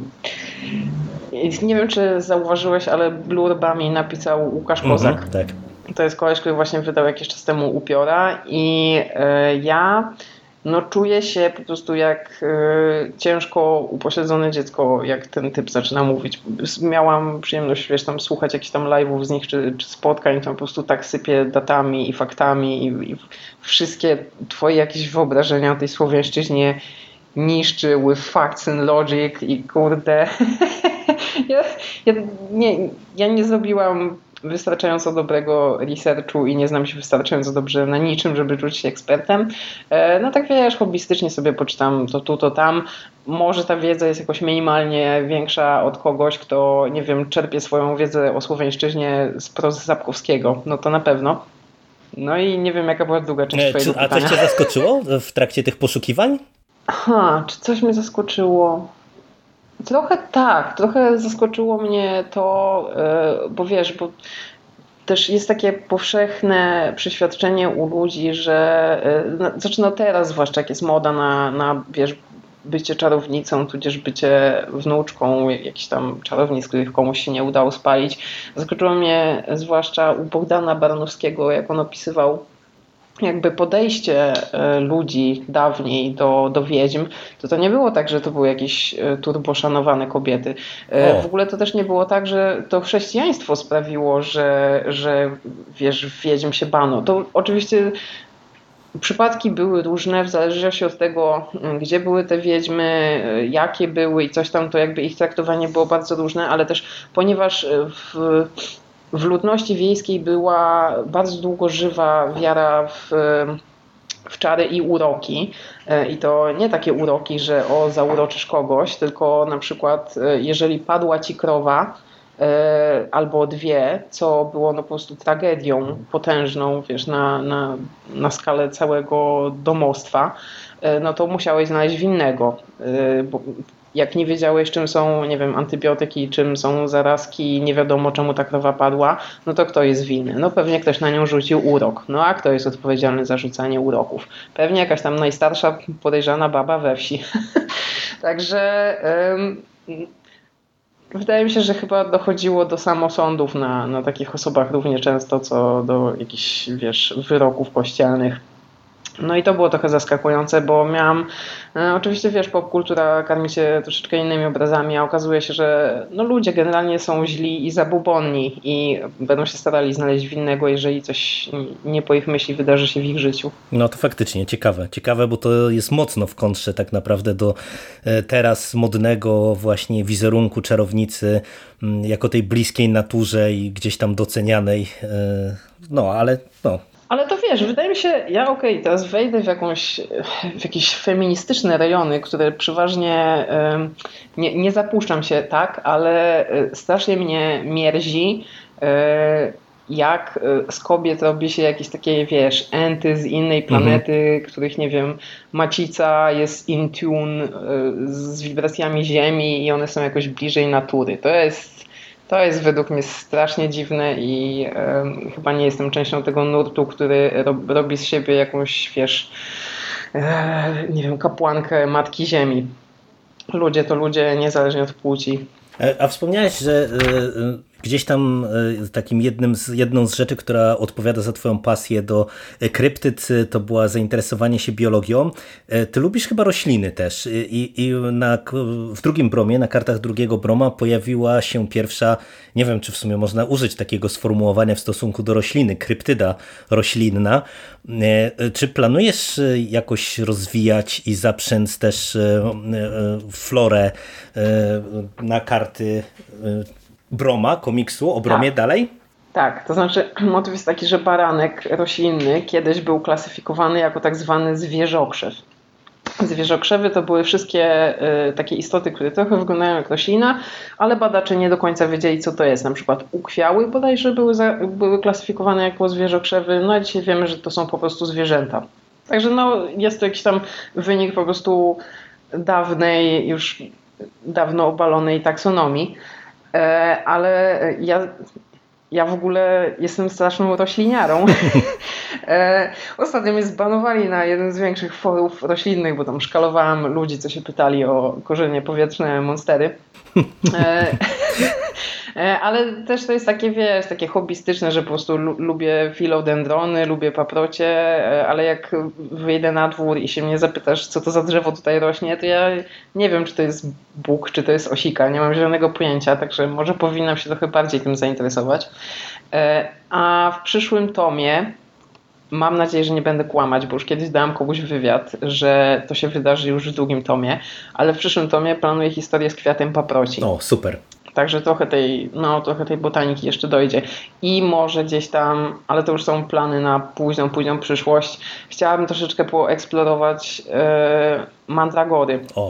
nie wiem, czy zauważyłeś, ale blurbami napisał Łukasz Kozak. Tak. To jest koleś, który właśnie wydał jakiś czas temu Upiora i ja czuję się po prostu jak ciężko upośledzone dziecko, jak ten typ zaczyna mówić. Miałam przyjemność, wiesz, tam słuchać jakichś tam live'ów z nich, czy spotkań, tam po prostu tak sypie datami i faktami i wszystkie twoje jakieś wyobrażenia o tej słowiańszczyźnie niszczy with facts and logic i kurde. Ja nie zrobiłam wystarczająco dobrego researchu i nie znam się wystarczająco dobrze na niczym, żeby czuć się ekspertem. No tak wiesz, hobbystycznie sobie poczytam to tu, to tam. Może ta wiedza jest jakoś minimalnie większa od kogoś, kto, nie wiem, czerpie swoją wiedzę o słowiańszczyźnie z prozy Sapkowskiego. No to na pewno. No i nie wiem, jaka była druga część twojego pytania. A coś cię zaskoczyło w trakcie tych poszukiwań? Czy coś mnie zaskoczyło? Trochę tak, trochę zaskoczyło mnie to, bo wiesz, bo też jest takie powszechne przeświadczenie u ludzi, że zaczyna teraz, zwłaszcza jak jest moda na wiesz, bycie czarownicą, tudzież bycie wnuczką jakichś tam czarownic, których komuś się nie udało spalić. Zaskoczyło mnie zwłaszcza u Bogdana Baranowskiego, jak on opisywał jakby podejście ludzi dawniej do wiedźm, to nie było tak, że to były jakieś turboszanowane kobiety. W ogóle to też nie było tak, że to chrześcijaństwo sprawiło, że wiesz, wiedźm się bano. To oczywiście przypadki były różne, w zależności od tego, gdzie były te wiedźmy, jakie były i coś tam, to jakby ich traktowanie było bardzo różne, ale też ponieważ w ludności wiejskiej była bardzo długo żywa wiara w czary i uroki. I to nie takie uroki, że zauroczysz kogoś, tylko na przykład jeżeli padła ci krowa albo dwie, co było no po prostu tragedią potężną, wiesz, na skalę całego domostwa, no to musiałeś znaleźć winnego. Bo jak nie wiedziałeś, czym są, nie wiem, antybiotyki, czym są zarazki, nie wiadomo czemu ta krowa padła, no to kto jest winny? No pewnie ktoś na nią rzucił urok. No a kto jest odpowiedzialny za rzucanie uroków? Pewnie jakaś tam najstarsza podejrzana baba we wsi. Także wydaje mi się, że chyba dochodziło do samosądów na takich osobach równie często, co do jakichś, wiesz, wyroków kościelnych. No i to było trochę zaskakujące, bo miałam, oczywiście wiesz, popkultura karmi się troszeczkę innymi obrazami, a okazuje się, że no, ludzie generalnie są źli i zabubonni i będą się starali znaleźć winnego, jeżeli coś nie po ich myśli wydarzy się w ich życiu. No to faktycznie ciekawe, bo to jest mocno w kontrze tak naprawdę do teraz modnego właśnie wizerunku czarownicy jako tej bliskiej naturze i gdzieś tam docenianej, no ale no. Ale to wiesz, wydaje mi się, teraz wejdę w jakieś feministyczne rejony, które przeważnie nie zapuszczam się tak, ale strasznie mnie mierzi, jak z kobiet robi się jakieś takie, wiesz, enty z innej planety, których, nie wiem, macica jest in tune z wibracjami Ziemi i one są jakoś bliżej natury. To jest według mnie strasznie dziwne i chyba nie jestem częścią tego nurtu, który robi z siebie jakąś, wiesz, nie wiem, kapłankę Matki Ziemi. Ludzie to ludzie, niezależnie od płci. A wspomniałeś, że gdzieś tam takim jedną z rzeczy, która odpowiada za twoją pasję do kryptyd, to była zainteresowanie się biologią. Ty lubisz chyba rośliny też i w drugim bromie, na kartach drugiego broma pojawiła się pierwsza, nie wiem czy w sumie można użyć takiego sformułowania w stosunku do rośliny, kryptyda roślinna. Czy planujesz jakoś rozwijać i zaprzęc też florę na karty Broma, komiksu o Bromie dalej? Tak, to znaczy motyw jest taki, że baranek roślinny kiedyś był klasyfikowany jako tak zwany zwierzokrzew. Zwierzokrzewy to były wszystkie takie istoty, które trochę wyglądają jak roślina, ale badacze nie do końca wiedzieli, co to jest. Na przykład ukwiały bodajże były klasyfikowane jako zwierzokrzewy, no a dzisiaj wiemy, że to są po prostu zwierzęta. Także no, jest to jakiś tam wynik po prostu dawnej, już dawno obalonej taksonomii. Ale ja w ogóle jestem straszną rośliniarą. Ostatnio mnie zbanowali na jeden z większych forów roślinnych, bo tam szkalowałam ludzi, co się pytali o korzenie powietrzne monstery. Ale też to jest takie, wiesz, takie hobbystyczne, że po prostu lubię filodendrony, lubię paprocie, ale jak wyjdę na dwór i się mnie zapytasz, co to za drzewo tutaj rośnie, to ja nie wiem, czy to jest buk, czy to jest osika, nie mam żadnego pojęcia, także może powinnam się trochę bardziej tym zainteresować. A w przyszłym tomie mam nadzieję, że nie będę kłamać, bo już kiedyś dałam komuś wywiad, że to się wydarzy już w drugim tomie, ale w przyszłym tomie planuję historię z kwiatem paproci. O, super. Także trochę tej botaniki jeszcze dojdzie. I może gdzieś tam, ale to już są plany na późną przyszłość. Chciałabym troszeczkę poeksplorować mandragory. O.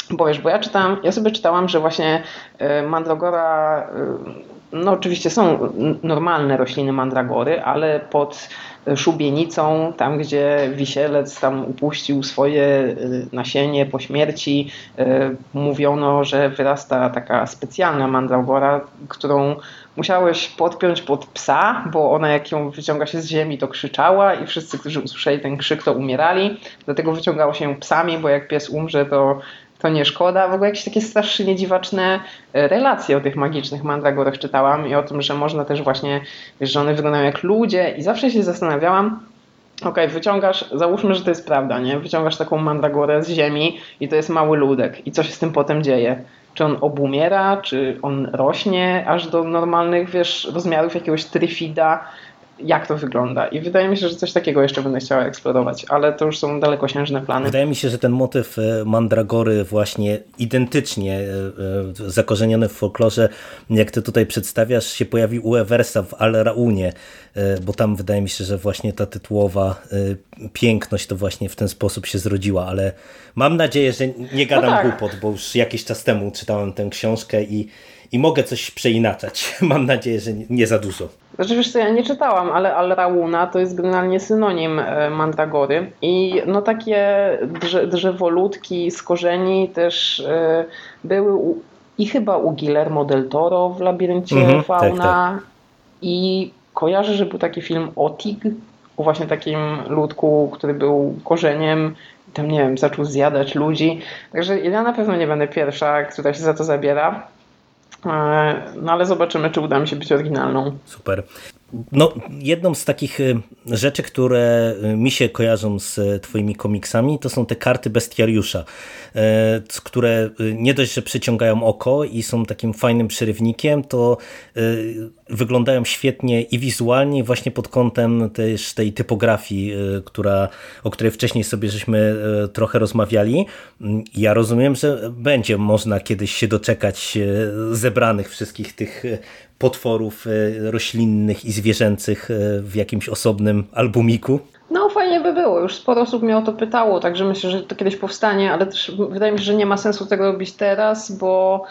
Bo wiesz, ja sobie czytałam, że właśnie mandragora, no oczywiście są normalne rośliny mandragory, ale pod szubienicą, tam gdzie wisielec tam upuścił swoje nasienie po śmierci, mówiono, że wyrasta taka specjalna mandragora, którą musiałeś podpiąć pod psa, bo ona jak ją wyciąga się z ziemi, to krzyczała i wszyscy, którzy usłyszeli ten krzyk, to umierali. Dlatego wyciągało się ją psami, bo jak pies umrze, to nie szkoda. W ogóle jakieś takie strasznie dziwaczne relacje o tych magicznych mandragorach czytałam i o tym, że można też właśnie, wiesz, że one wyglądają jak ludzie i zawsze się zastanawiałam, okej, wyciągasz, załóżmy, że to jest prawda, nie? Wyciągasz taką mandragorę z ziemi i to jest mały ludek i co się z tym potem dzieje? Czy on obumiera, czy on rośnie aż do normalnych, wiesz, rozmiarów jakiegoś tryfida? Jak to wygląda? I wydaje mi się, że coś takiego jeszcze będę chciała eksplorować, ale to już są dalekosiężne plany. Wydaje mi się, że ten motyw mandragory właśnie identycznie zakorzeniony w folklorze, jak ty tutaj przedstawiasz, się pojawił u Eversa w Al Raunie, bo tam wydaje mi się, że właśnie ta tytułowa piękność to właśnie w ten sposób się zrodziła, ale mam nadzieję, że nie gadam głupot, bo już jakiś czas temu czytałem tę książkę i mogę coś przeinaczać. Mam nadzieję, że nie za dużo. Znaczy wiesz co, ja nie czytałam, ale Al Rauna to jest generalnie synonim mandragory i no takie drzewoludki z korzeni też były i chyba u Guillermo del Toro w Labiryncie Fauna tak. I kojarzę, że był taki film Otig o właśnie takim ludku, który był korzeniem i tam nie wiem, zaczął zjadać ludzi. Także ja na pewno nie będę pierwsza, która się za to zabiera. No ale zobaczymy, czy uda mi się być oryginalną. Super. No, jedną z takich rzeczy, które mi się kojarzą z twoimi komiksami, to są te karty bestiariusza, które nie dość, że przyciągają oko i są takim fajnym przerywnikiem, to wyglądają świetnie i wizualnie, właśnie pod kątem też tej typografii, o której wcześniej sobie żeśmy trochę rozmawiali. Ja rozumiem, że będzie można kiedyś się doczekać zebranych wszystkich tych potworów roślinnych i zwierzęcych w jakimś osobnym albumiku. No fajnie by było, już sporo osób mnie o to pytało, także myślę, że to kiedyś powstanie, ale też wydaje mi się, że nie ma sensu tego robić teraz, bo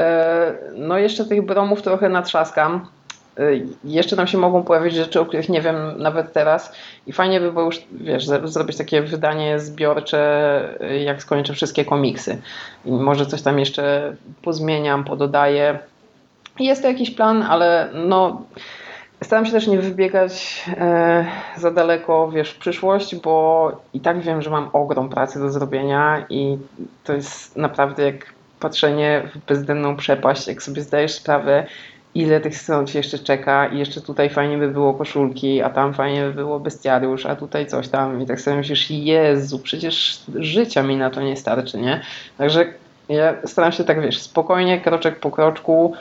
no jeszcze tych bromów trochę natrzaskam. Jeszcze tam się mogą pojawić rzeczy, o których nie wiem nawet teraz i fajnie by było już, wiesz, zrobić takie wydanie zbiorcze, jak skończę wszystkie komiksy. I może coś tam jeszcze pozmieniam, pododaję. Jest to jakiś plan, ale no staram się też nie wybiegać za daleko, wiesz, w przyszłość, bo i tak wiem, że mam ogrom pracy do zrobienia i to jest naprawdę jak patrzenie w bezdenną przepaść, jak sobie zdajesz sprawę, ile tych stron ci jeszcze czeka i jeszcze tutaj fajnie by było koszulki, a tam fajnie by było bestiariusz, a tutaj coś tam i tak sobie myślisz, Jezu, przecież życia mi na to nie starczy, nie? Także ja staram się tak, wiesz, spokojnie, kroczek po kroczku,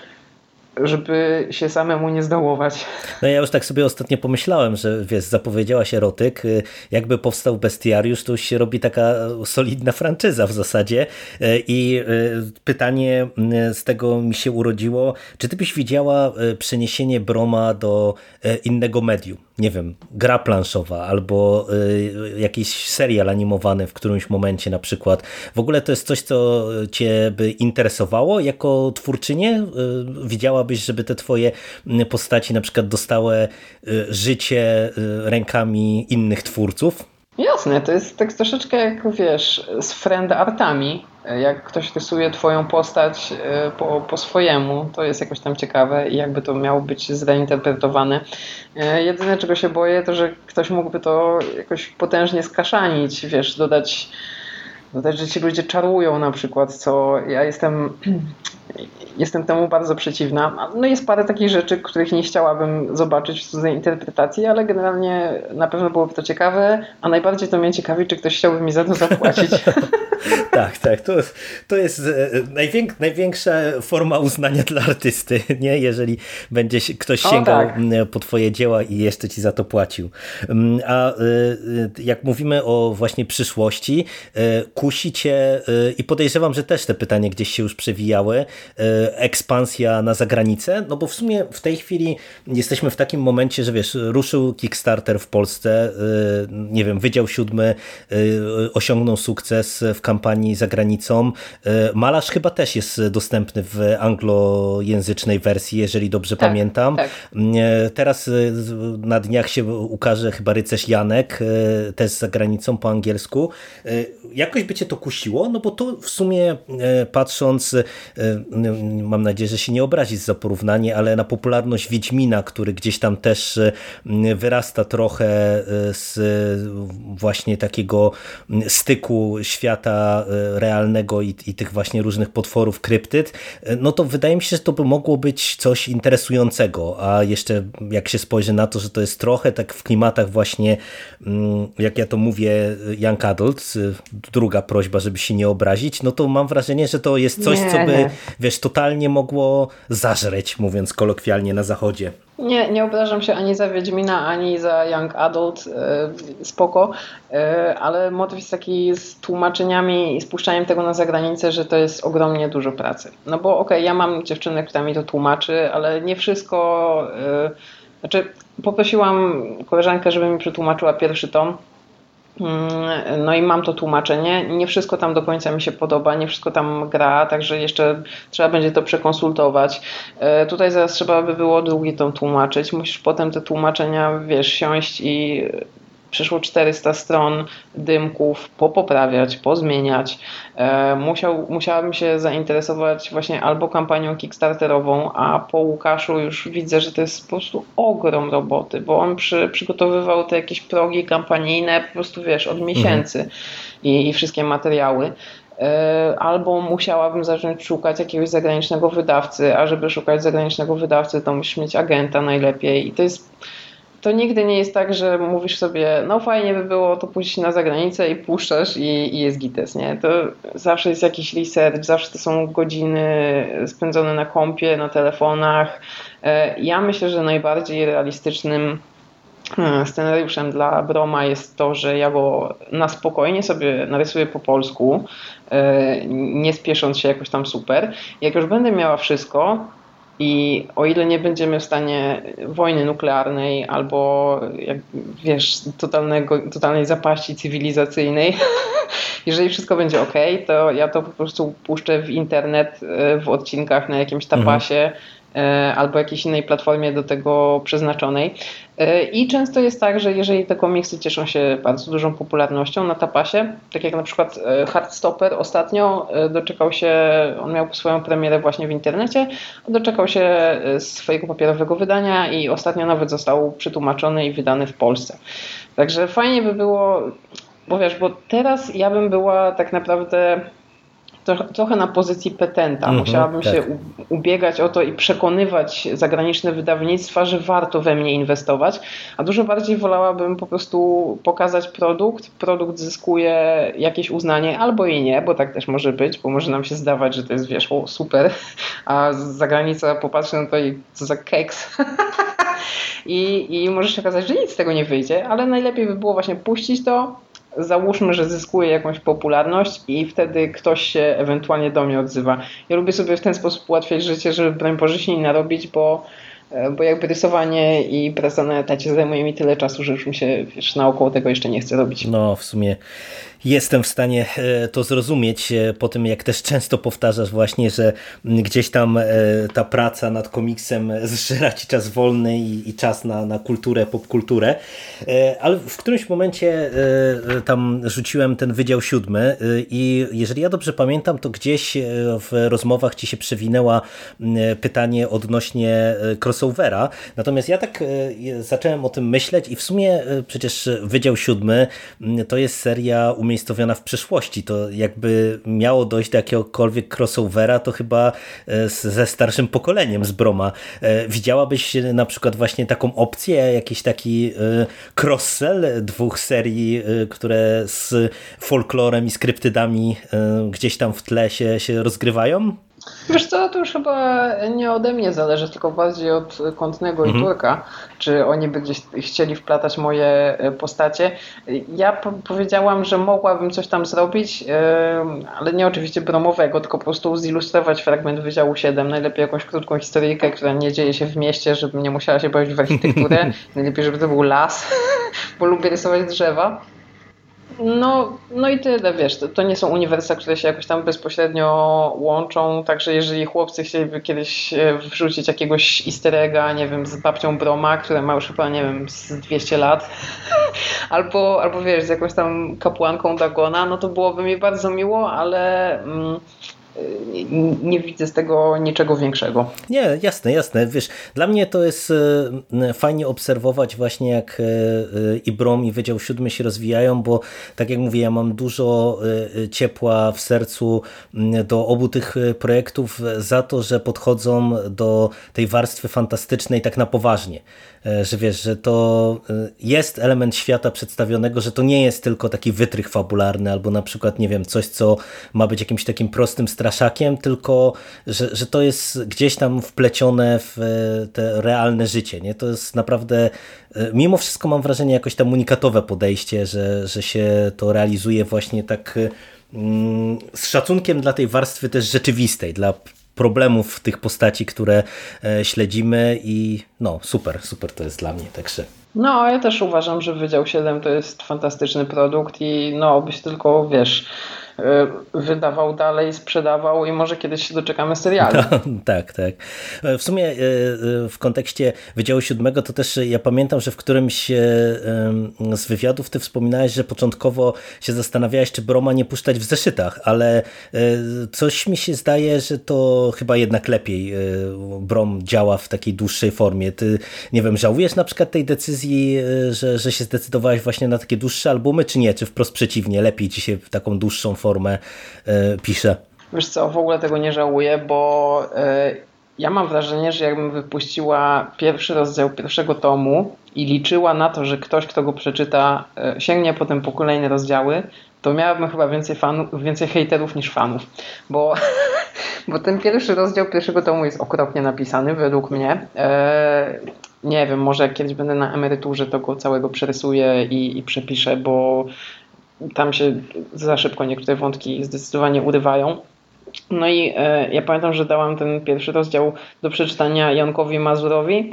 żeby się samemu nie zdołować. No ja już tak sobie ostatnio pomyślałem, że wiesz, zapowiedziałaś erotyk, jakby powstał bestiariusz, to już się robi taka solidna franczyza w zasadzie i pytanie z tego mi się urodziło, czy ty byś widziała przeniesienie Broma do innego medium? Nie wiem, gra planszowa albo jakiś serial animowany w którymś momencie na przykład. W ogóle to jest coś, co cię by interesowało jako twórczynię? Widziałabyś, żeby te twoje postaci na przykład dostały życie rękami innych twórców? Jasne, to jest tak troszeczkę jak, wiesz, z friend artami. Jak ktoś rysuje twoją postać po swojemu, to jest jakoś tam ciekawe i jakby to miało być zreinterpretowane. Jedyne, czego się boję, to że ktoś mógłby to jakoś potężnie skaszanić, wiesz, dodać, że ci ludzie czarują na przykład, co ja jestem temu bardzo przeciwna. No jest parę takich rzeczy, których nie chciałabym zobaczyć w cudzej interpretacji, ale generalnie na pewno byłoby to ciekawe, a najbardziej to mnie ciekawi, czy ktoś chciałby mi za to zapłacić. Tak. To jest największa forma uznania dla artysty, nie? Jeżeli będzie ktoś sięgał po twoje dzieła i jeszcze ci za to płacił. A jak mówimy o właśnie przyszłości, kusi cię i podejrzewam, że też te pytania gdzieś się już przewijały, ekspansja na zagranicę, no bo w sumie w tej chwili jesteśmy w takim momencie, że wiesz, ruszył Kickstarter w Polsce, nie wiem, Wydział 7 osiągnął sukces w kampanii za granicą. Malarz chyba też jest dostępny w anglojęzycznej wersji, jeżeli dobrze pamiętam. Tak. Teraz na dniach się ukaże chyba Rycerz Janek, też za granicą po angielsku. Jakoś by cię to kusiło? No bo to w sumie patrząc, mam nadzieję, że się nie obrazić za porównanie, ale na popularność Wiedźmina, który gdzieś tam też wyrasta trochę z właśnie takiego styku świata realnego i tych właśnie różnych potworów, kryptyd, no to wydaje mi się, że to by mogło być coś interesującego, a jeszcze jak się spojrzy na to, że to jest trochę tak w klimatach właśnie, jak ja to mówię, young adult, druga prośba, żeby się nie obrazić, no to mam wrażenie, że to jest coś, co by, wiesz, totalnie mogło zażreć, mówiąc kolokwialnie, na zachodzie. Nie obrażam się ani za Wiedźmina, ani za Young Adult, spoko, ale motyw jest taki z tłumaczeniami i spuszczaniem tego na zagranicę, że to jest ogromnie dużo pracy. No bo okej, ja mam dziewczynę, która mi to tłumaczy, ale nie wszystko, znaczy poprosiłam koleżankę, żeby mi przetłumaczyła pierwszy tom. No i mam to tłumaczenie. Nie wszystko tam do końca mi się podoba, nie wszystko tam gra, także jeszcze trzeba będzie to przekonsultować. Tutaj zaraz trzeba by było drugi tom tłumaczyć. Musisz potem te tłumaczenia, wiesz, siąść i przyszło 400 stron dymków, popoprawiać, pozmieniać. Musiałabym się zainteresować właśnie albo kampanią kickstarterową, a po Łukaszu już widzę, że to jest po prostu ogrom roboty, bo on przygotowywał te jakieś progi kampanijne po prostu, wiesz, od miesięcy i wszystkie materiały. Albo musiałabym zacząć szukać jakiegoś zagranicznego wydawcy, a żeby szukać zagranicznego wydawcy, to musisz mieć agenta najlepiej i to nigdy nie jest tak, że mówisz sobie, no fajnie by było to puścić na zagranicę i puszczasz i jest gites, nie? To zawsze jest jakiś research, zawsze to są godziny spędzone na kompie, na telefonach. Ja myślę, że najbardziej realistycznym scenariuszem dla Broma jest to, że ja go na spokojnie sobie narysuję po polsku, nie spiesząc się jakoś tam super. Jak już będę miała wszystko, i o ile nie będziemy w stanie wojny nuklearnej albo, jak wiesz, totalnej zapaści cywilizacyjnej, jeżeli wszystko będzie ok, to ja to po prostu puszczę w internet w odcinkach na jakimś tapasie albo jakiejś innej platformie do tego przeznaczonej. I często jest tak, że jeżeli te komiksy cieszą się bardzo dużą popularnością na tapasie, tak jak na przykład Heartstopper ostatnio doczekał się, on miał swoją premierę właśnie w internecie, doczekał się swojego papierowego wydania i ostatnio nawet został przetłumaczony i wydany w Polsce. Także fajnie by było, bo wiesz, bo teraz ja bym była tak naprawdę trochę na pozycji petenta. Musiałabym się ubiegać o to i przekonywać zagraniczne wydawnictwa, że warto we mnie inwestować, a dużo bardziej wolałabym po prostu pokazać produkt. Produkt zyskuje jakieś uznanie, albo i nie, bo tak też może być, bo może nam się zdawać, że to jest, wiesz, o, super, a zagranica popatrzy na to i co za keks. I może się okazać, że nic z tego nie wyjdzie, ale najlepiej by było właśnie puścić to, załóżmy, że zyskuje jakąś popularność i wtedy ktoś się ewentualnie do mnie odzywa. Ja lubię sobie w ten sposób ułatwiać życie, żeby broń Boże się nie narobić, bo jakby rysowanie i praca na etacie zajmuje mi tyle czasu, że już mi się, wiesz, naokoło tego jeszcze nie chce robić. No w sumie jestem w stanie to zrozumieć po tym, jak też często powtarzasz właśnie, że gdzieś tam ta praca nad komiksem zżera ci czas wolny i czas na kulturę, popkulturę, ale w którymś momencie tam rzuciłem ten Wydział 7 i jeżeli ja dobrze pamiętam, to gdzieś w rozmowach ci się przewinęła pytanie odnośnie crossovera, natomiast ja tak zacząłem o tym myśleć i w sumie przecież Wydział 7 to jest seria umiejscowiona w przeszłości, to jakby miało dojść do jakiegokolwiek crossovera, to chyba ze starszym pokoleniem z Broma. Widziałabyś na przykład właśnie taką opcję, jakiś taki cross-sell dwóch serii, które z folklorem i skryptydami gdzieś tam w tle się rozgrywają? Wiesz co, to już chyba nie ode mnie zależy, tylko bardziej od Kątnego i Turka, czy oni by gdzieś chcieli wplatać moje postacie. Ja powiedziałam, że mogłabym coś tam zrobić, ale nie oczywiście bromowego, tylko po prostu zilustrować fragment Wydziału 7, najlepiej jakąś krótką historyjkę, która nie dzieje się w mieście, żebym nie musiała się bawić w architekturę, najlepiej żeby to był las, bo lubię rysować drzewa. No i tyle, wiesz, to nie są uniwersa, które się jakoś tam bezpośrednio łączą, także jeżeli chłopcy chcieliby kiedyś wrzucić jakiegoś easter egga, nie wiem, z babcią Broma, która ma już chyba, nie wiem, z 200 lat, albo wiesz, z jakąś tam kapłanką Dagona, no to byłoby mi bardzo miło, ale nie widzę z tego niczego większego. Nie, jasne. Wiesz, dla mnie to jest fajnie obserwować właśnie jak i Brom i Wydział Siódmy się rozwijają, bo tak jak mówię, ja mam dużo ciepła w sercu do obu tych projektów za to, że podchodzą do tej warstwy fantastycznej tak na poważnie. Że wiesz, że to jest element świata przedstawionego, że to nie jest tylko taki wytrych fabularny albo na przykład, nie wiem, coś, co ma być jakimś takim prostym straszakiem, tylko że to jest gdzieś tam wplecione w te realne życie. Nie? To jest naprawdę, mimo wszystko mam wrażenie, jakoś tam unikatowe podejście, że się to realizuje właśnie tak z szacunkiem dla tej warstwy też rzeczywistej, dla problemów tych postaci, które śledzimy i no super to jest dla mnie, także. No, ja też uważam, że Wydział 7 to jest fantastyczny produkt i no, byś tylko, wiesz, wydawał dalej, sprzedawał i może kiedyś się doczekamy serialu. Tak. W sumie w kontekście Wydziału Siódmego to też ja pamiętam, że w którymś z wywiadów ty wspominałeś, że początkowo się zastanawiałeś, czy Broma nie puszczać w zeszytach, ale coś mi się zdaje, że to chyba jednak lepiej Brom działa w takiej dłuższej formie. Ty, nie wiem, żałujesz na przykład tej decyzji, że się zdecydowałeś właśnie na takie dłuższe albumy, czy nie? Czy wprost przeciwnie, lepiej ci się w taką dłuższą formę pisze? Wiesz co, w ogóle tego nie żałuję, bo ja mam wrażenie, że jakbym wypuściła pierwszy rozdział pierwszego tomu i liczyła na to, że ktoś, kto go przeczyta, sięgnie potem po kolejne rozdziały, to miałabym chyba więcej hejterów niż fanów, bo ten pierwszy rozdział pierwszego tomu jest okropnie napisany według mnie. Nie wiem, może jak kiedyś będę na emeryturze, to go całego przerysuję i przepiszę, bo tam się za szybko niektóre wątki zdecydowanie urywają. No i ja pamiętam, że dałam ten pierwszy rozdział do przeczytania Jankowi Mazurowi.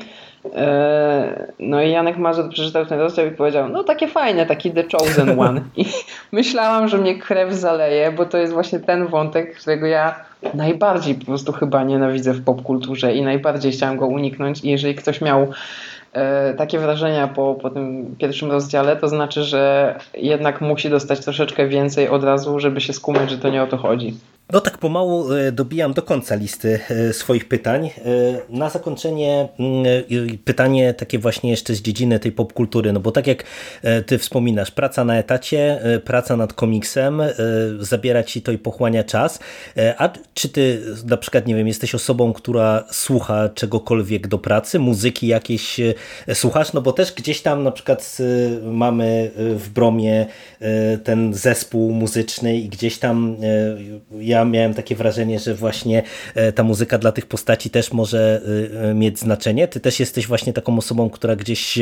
No i Janek Mazur przeczytał ten rozdział i powiedział, no takie fajne, taki The Chosen One. I myślałam, że mnie krew zaleje, bo to jest właśnie ten wątek, którego ja najbardziej po prostu chyba nienawidzę w popkulturze i najbardziej chciałam go uniknąć. I jeżeli ktoś miał takie wrażenia po tym pierwszym rozdziale, to znaczy, że jednak musi dostać troszeczkę więcej od razu, żeby się skumać, że to nie o to chodzi. No tak pomału dobijam do końca listy swoich pytań. Na zakończenie pytanie takie właśnie jeszcze z dziedziny tej popkultury, no bo tak jak ty wspominasz, praca na etacie, praca nad komiksem, zabiera ci to i pochłania czas, a czy ty na przykład, nie wiem, jesteś osobą, która słucha czegokolwiek do pracy, muzyki jakieś słuchasz, no bo też gdzieś tam na przykład mamy w Bromie ten zespół muzyczny i gdzieś tam ja miałem takie wrażenie, że właśnie ta muzyka dla tych postaci też może mieć znaczenie. Ty też jesteś właśnie taką osobą, która gdzieś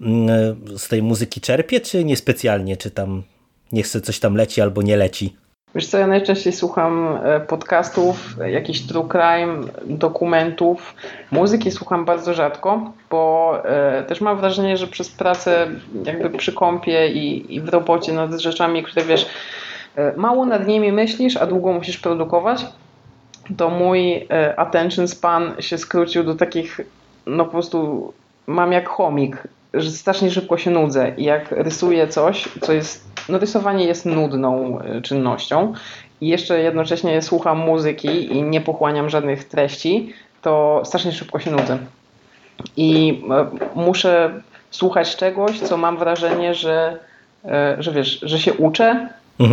z tej muzyki czerpie, czy niespecjalnie, czy tam nie chce coś tam leci albo nie leci? Wiesz co, ja najczęściej słucham podcastów, jakichś true crime, dokumentów. Muzyki słucham bardzo rzadko, bo też mam wrażenie, że przez pracę jakby przy kompie i w robocie nad rzeczami, które wiesz, mało nad nimi myślisz, a długo musisz produkować, to mój attention span się skrócił do takich, no po prostu mam jak chomik, że strasznie szybko się nudzę i jak rysuję coś, co jest, no rysowanie jest nudną czynnością i jeszcze jednocześnie słucham muzyki i nie pochłaniam żadnych treści, to strasznie szybko się nudzę. I muszę słuchać czegoś, co mam wrażenie, że wiesz, że się uczę,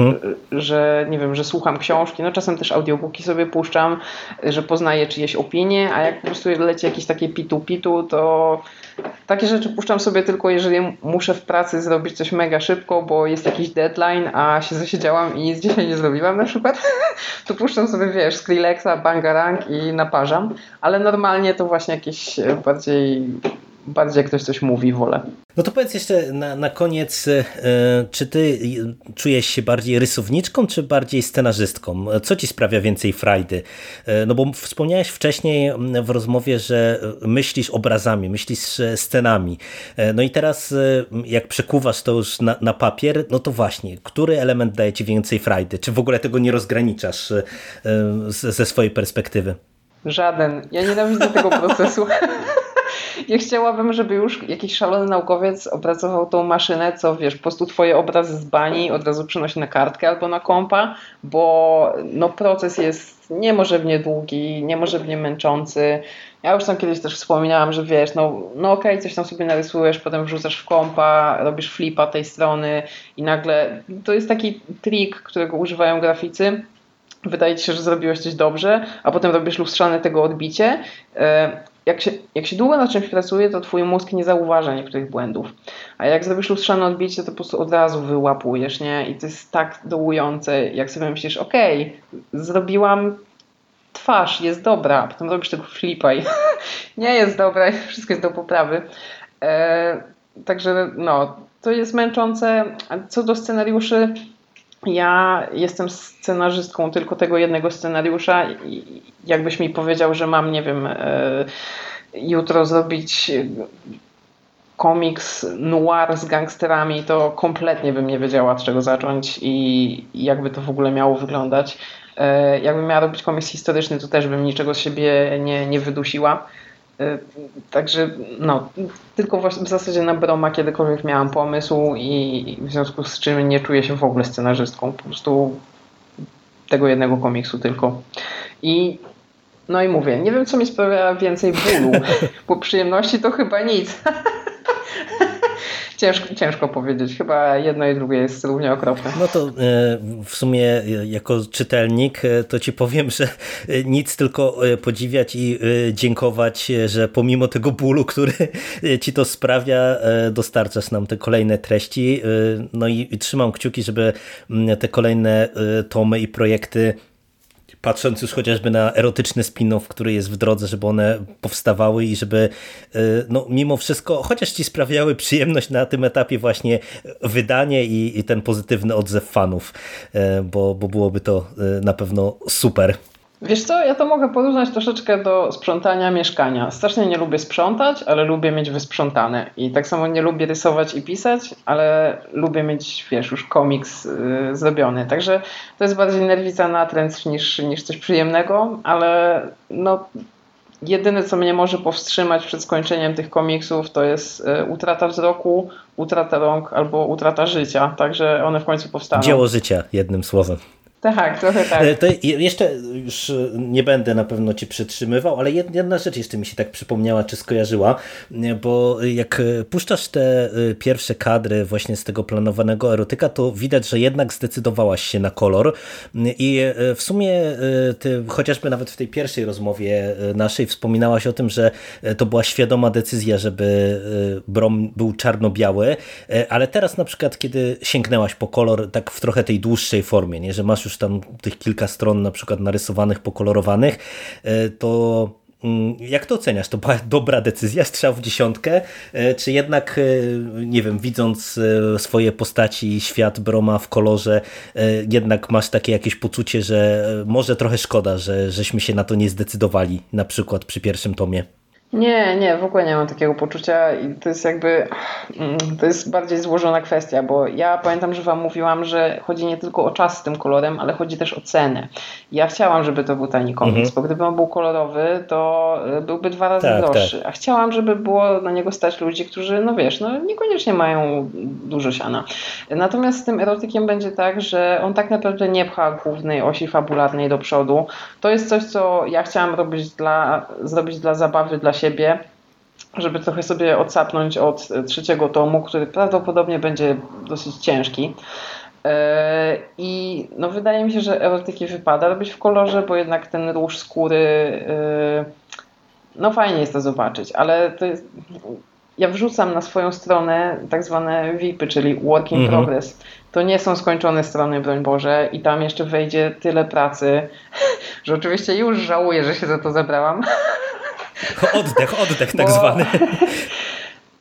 że nie wiem, że słucham książki, no czasem też audiobooki sobie puszczam, że poznaję czyjeś opinie, a jak po prostu leci jakieś takie pitu, to takie rzeczy puszczam sobie tylko jeżeli muszę w pracy zrobić coś mega szybko, bo jest jakiś deadline, a się zasiedziałam i nic dzisiaj nie zrobiłam na przykład, to puszczam sobie, wiesz, Skrillexa, Bangarang i naparzam, ale normalnie to właśnie jakieś bardziej bardziej jak ktoś coś mówi, wolę. No to powiedz jeszcze na koniec, czy ty czujesz się bardziej rysowniczką, czy bardziej scenarzystką? Co ci sprawia więcej frajdy? No bo wspomniałeś wcześniej w rozmowie, że myślisz obrazami, myślisz scenami. No i teraz jak przekuwasz to już na papier, no to właśnie, który element daje ci więcej frajdy? Czy w ogóle tego nie rozgraniczasz ze swojej perspektywy? Żaden. Ja nienawidzę tego procesu. Ja chciałabym, żeby już jakiś szalony naukowiec opracował tą maszynę, co wiesz, po prostu twoje obrazy z bani od razu przynosi na kartkę albo na kompa, bo no, proces jest niemożebnie długi, niemożebnie męczący. Ja już tam kiedyś też wspominałam, że wiesz, no okej, coś tam sobie narysujesz, potem wrzucasz w kompa, robisz flipa tej strony i nagle to jest taki trik, którego używają graficy. Wydaje ci się, że zrobiłeś coś dobrze, a potem robisz lustrzane tego odbicie. Jak się długo nad czymś pracuje, to twój mózg nie zauważa niektórych błędów. A jak zrobisz lustrzane odbicie, to po prostu od razu wyłapujesz, nie? I to jest tak dołujące, jak sobie myślisz, okej, zrobiłam twarz, jest dobra, a potem robisz tego flipa i nie jest dobra, wszystko jest do poprawy. Także no, to jest męczące. Co do scenariuszy, ja jestem scenarzystką tylko tego jednego scenariusza i jakbyś mi powiedział, że mam, nie wiem, jutro zrobić komiks noir z gangsterami, to kompletnie bym nie wiedziała, od czego zacząć i jakby to w ogóle miało wyglądać. Jakbym miała robić komiks historyczny, to też bym niczego z siebie nie wydusiła. Także no, tylko w zasadzie na Broma kiedykolwiek miałam pomysł i w związku z czym nie czuję się w ogóle scenarzystką. Po prostu tego jednego komiksu tylko. No i mówię, nie wiem co mi sprawia więcej bólu, bo przyjemności to chyba nic. Ciężko powiedzieć. Chyba jedno i drugie jest równie okropne. No to w sumie jako czytelnik to ci powiem, że nic tylko podziwiać i dziękować, że pomimo tego bólu, który ci to sprawia, dostarczasz nam te kolejne treści. No i trzymam kciuki, żeby te kolejne tomy i projekty, patrząc już chociażby na erotyczny spin-off, który jest w drodze, żeby one powstawały i żeby no, mimo wszystko, chociaż ci sprawiały przyjemność na tym etapie właśnie wydanie i ten pozytywny odzew fanów, bo byłoby to na pewno super. Wiesz co, ja to mogę porównać troszeczkę do sprzątania mieszkania. Strasznie nie lubię sprzątać, ale lubię mieć wysprzątane. I tak samo nie lubię rysować i pisać, ale lubię mieć, wiesz, już komiks zrobiony. Także to jest bardziej nerwica natręt niż coś przyjemnego, ale no jedyne, co mnie może powstrzymać przed skończeniem tych komiksów, to jest utrata wzroku, utrata rąk albo utrata życia. Także one w końcu powstaną. Dzieło życia, jednym słowem. Tak, trochę tak. To jeszcze już nie będę na pewno cię przytrzymywał, ale jedna rzecz jeszcze mi się tak przypomniała, czy skojarzyła, bo jak puszczasz te pierwsze kadry właśnie z tego planowanego erotyka, to widać, że jednak zdecydowałaś się na kolor i w sumie ty chociażby nawet w tej pierwszej rozmowie naszej wspominałaś o tym, że to była świadoma decyzja, żeby Brom był czarno-biały, ale teraz na przykład, kiedy sięgnęłaś po kolor tak w trochę tej dłuższej formie, nie, że masz już tam tych kilka stron na przykład narysowanych, pokolorowanych, to jak to oceniasz? To była dobra decyzja, strzał w dziesiątkę, czy jednak, nie wiem, widząc swoje postaci, świat Broma w kolorze, jednak masz takie jakieś poczucie, że może trochę szkoda, żeśmy się na to nie zdecydowali, na przykład przy pierwszym tomie? Nie, w ogóle nie mam takiego poczucia i to jest jakby, to jest bardziej złożona kwestia, bo ja pamiętam, że wam mówiłam, że chodzi nie tylko o czas z tym kolorem, ale chodzi też o cenę. Ja chciałam, żeby to był tani komiks, bo gdyby on był kolorowy, to byłby 2 razy droższy, a chciałam, żeby było na niego stać ludzi, którzy, no wiesz, no niekoniecznie mają dużo siana. Natomiast z tym erotykiem będzie tak, że on tak naprawdę nie pcha głównej osi fabularnej do przodu. To jest coś, co ja chciałam zrobić dla zabawy, dla siebie, żeby trochę sobie odsapnąć od 3. tomu, który prawdopodobnie będzie dosyć ciężki. I no wydaje mi się, że erotyki wypada robić w kolorze, bo jednak ten róż skóry, no fajnie jest to zobaczyć, ale to jest, ja wrzucam na swoją stronę tak zwane VIP-y, czyli work in progress. To nie są skończone strony, broń Boże, i tam jeszcze wejdzie tyle pracy, że oczywiście już żałuję, że się za to zabrałam. Oddech tak zwany.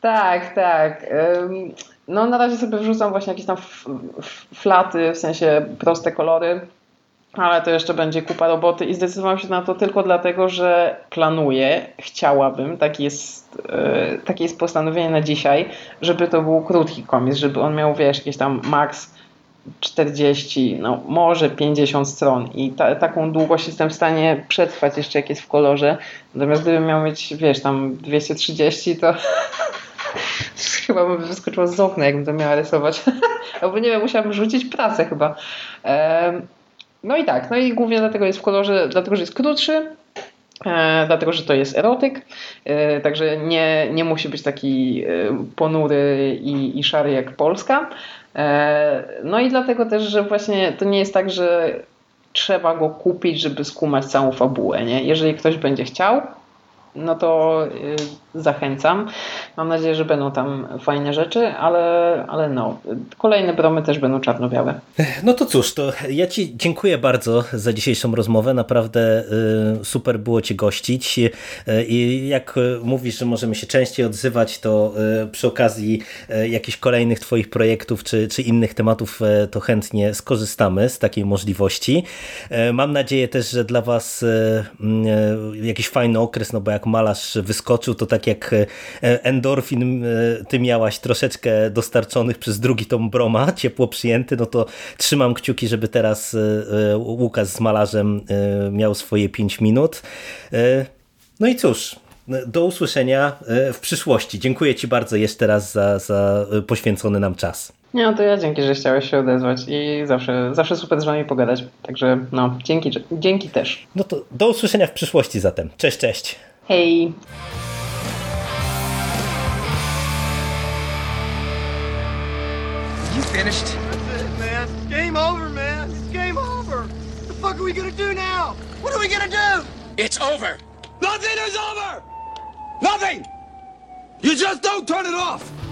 Tak, tak. No na razie sobie wrzucam właśnie jakieś tam flaty, w sensie proste kolory, ale to jeszcze będzie kupa roboty i zdecydowałam się na to tylko dlatego, że planuję, chciałabym, takie jest postanowienie na dzisiaj, żeby to był krótki komiks, żeby on miał, wiesz, jakieś tam max 40, no może 50 stron i taką długość jestem w stanie przetrwać jeszcze jak jest w kolorze, natomiast gdybym miał mieć, wiesz, tam 230, to chyba bym wyskoczyła z okna, jakbym to miała rysować. Albo nie wiem, musiałabym rzucić pracę chyba. No i tak, no i głównie dlatego jest w kolorze, dlatego że jest krótszy, dlatego że to jest erotyk, także nie musi być taki ponury i szary jak Polska. No i dlatego też, że właśnie to nie jest tak, że trzeba go kupić, żeby skumać całą fabułę, nie? Jeżeli ktoś będzie chciał, no to zachęcam. Mam nadzieję, że będą tam fajne rzeczy, ale no, kolejne bromy też będą czarno-białe. No to cóż, to ja Ci dziękuję bardzo za dzisiejszą rozmowę. Naprawdę super było Cię gościć i jak mówisz, że możemy się częściej odzywać, to przy okazji jakichś kolejnych Twoich projektów czy innych tematów to chętnie skorzystamy z takiej możliwości. Mam nadzieję też, że dla Was jakiś fajny okres, no bo jak malarz wyskoczył, to tak jak endorfin ty miałaś troszeczkę dostarczonych przez drugi tom Broma, ciepło przyjęty, no to trzymam kciuki, żeby teraz Łukasz z malarzem miał swoje 5 minut. No i cóż, do usłyszenia w przyszłości. Dziękuję Ci bardzo jeszcze raz za poświęcony nam czas. No to ja dzięki, że chciałeś się odezwać i zawsze super z Wami pogadać. Także no, dzięki też. No to do usłyszenia w przyszłości zatem. Cześć, cześć. Hej! You finished? That's it, man. Game over, man. It's game over. What the fuck are we gonna do now? What are we gonna do? It's over. Nothing is over. Nothing. You just don't turn it off.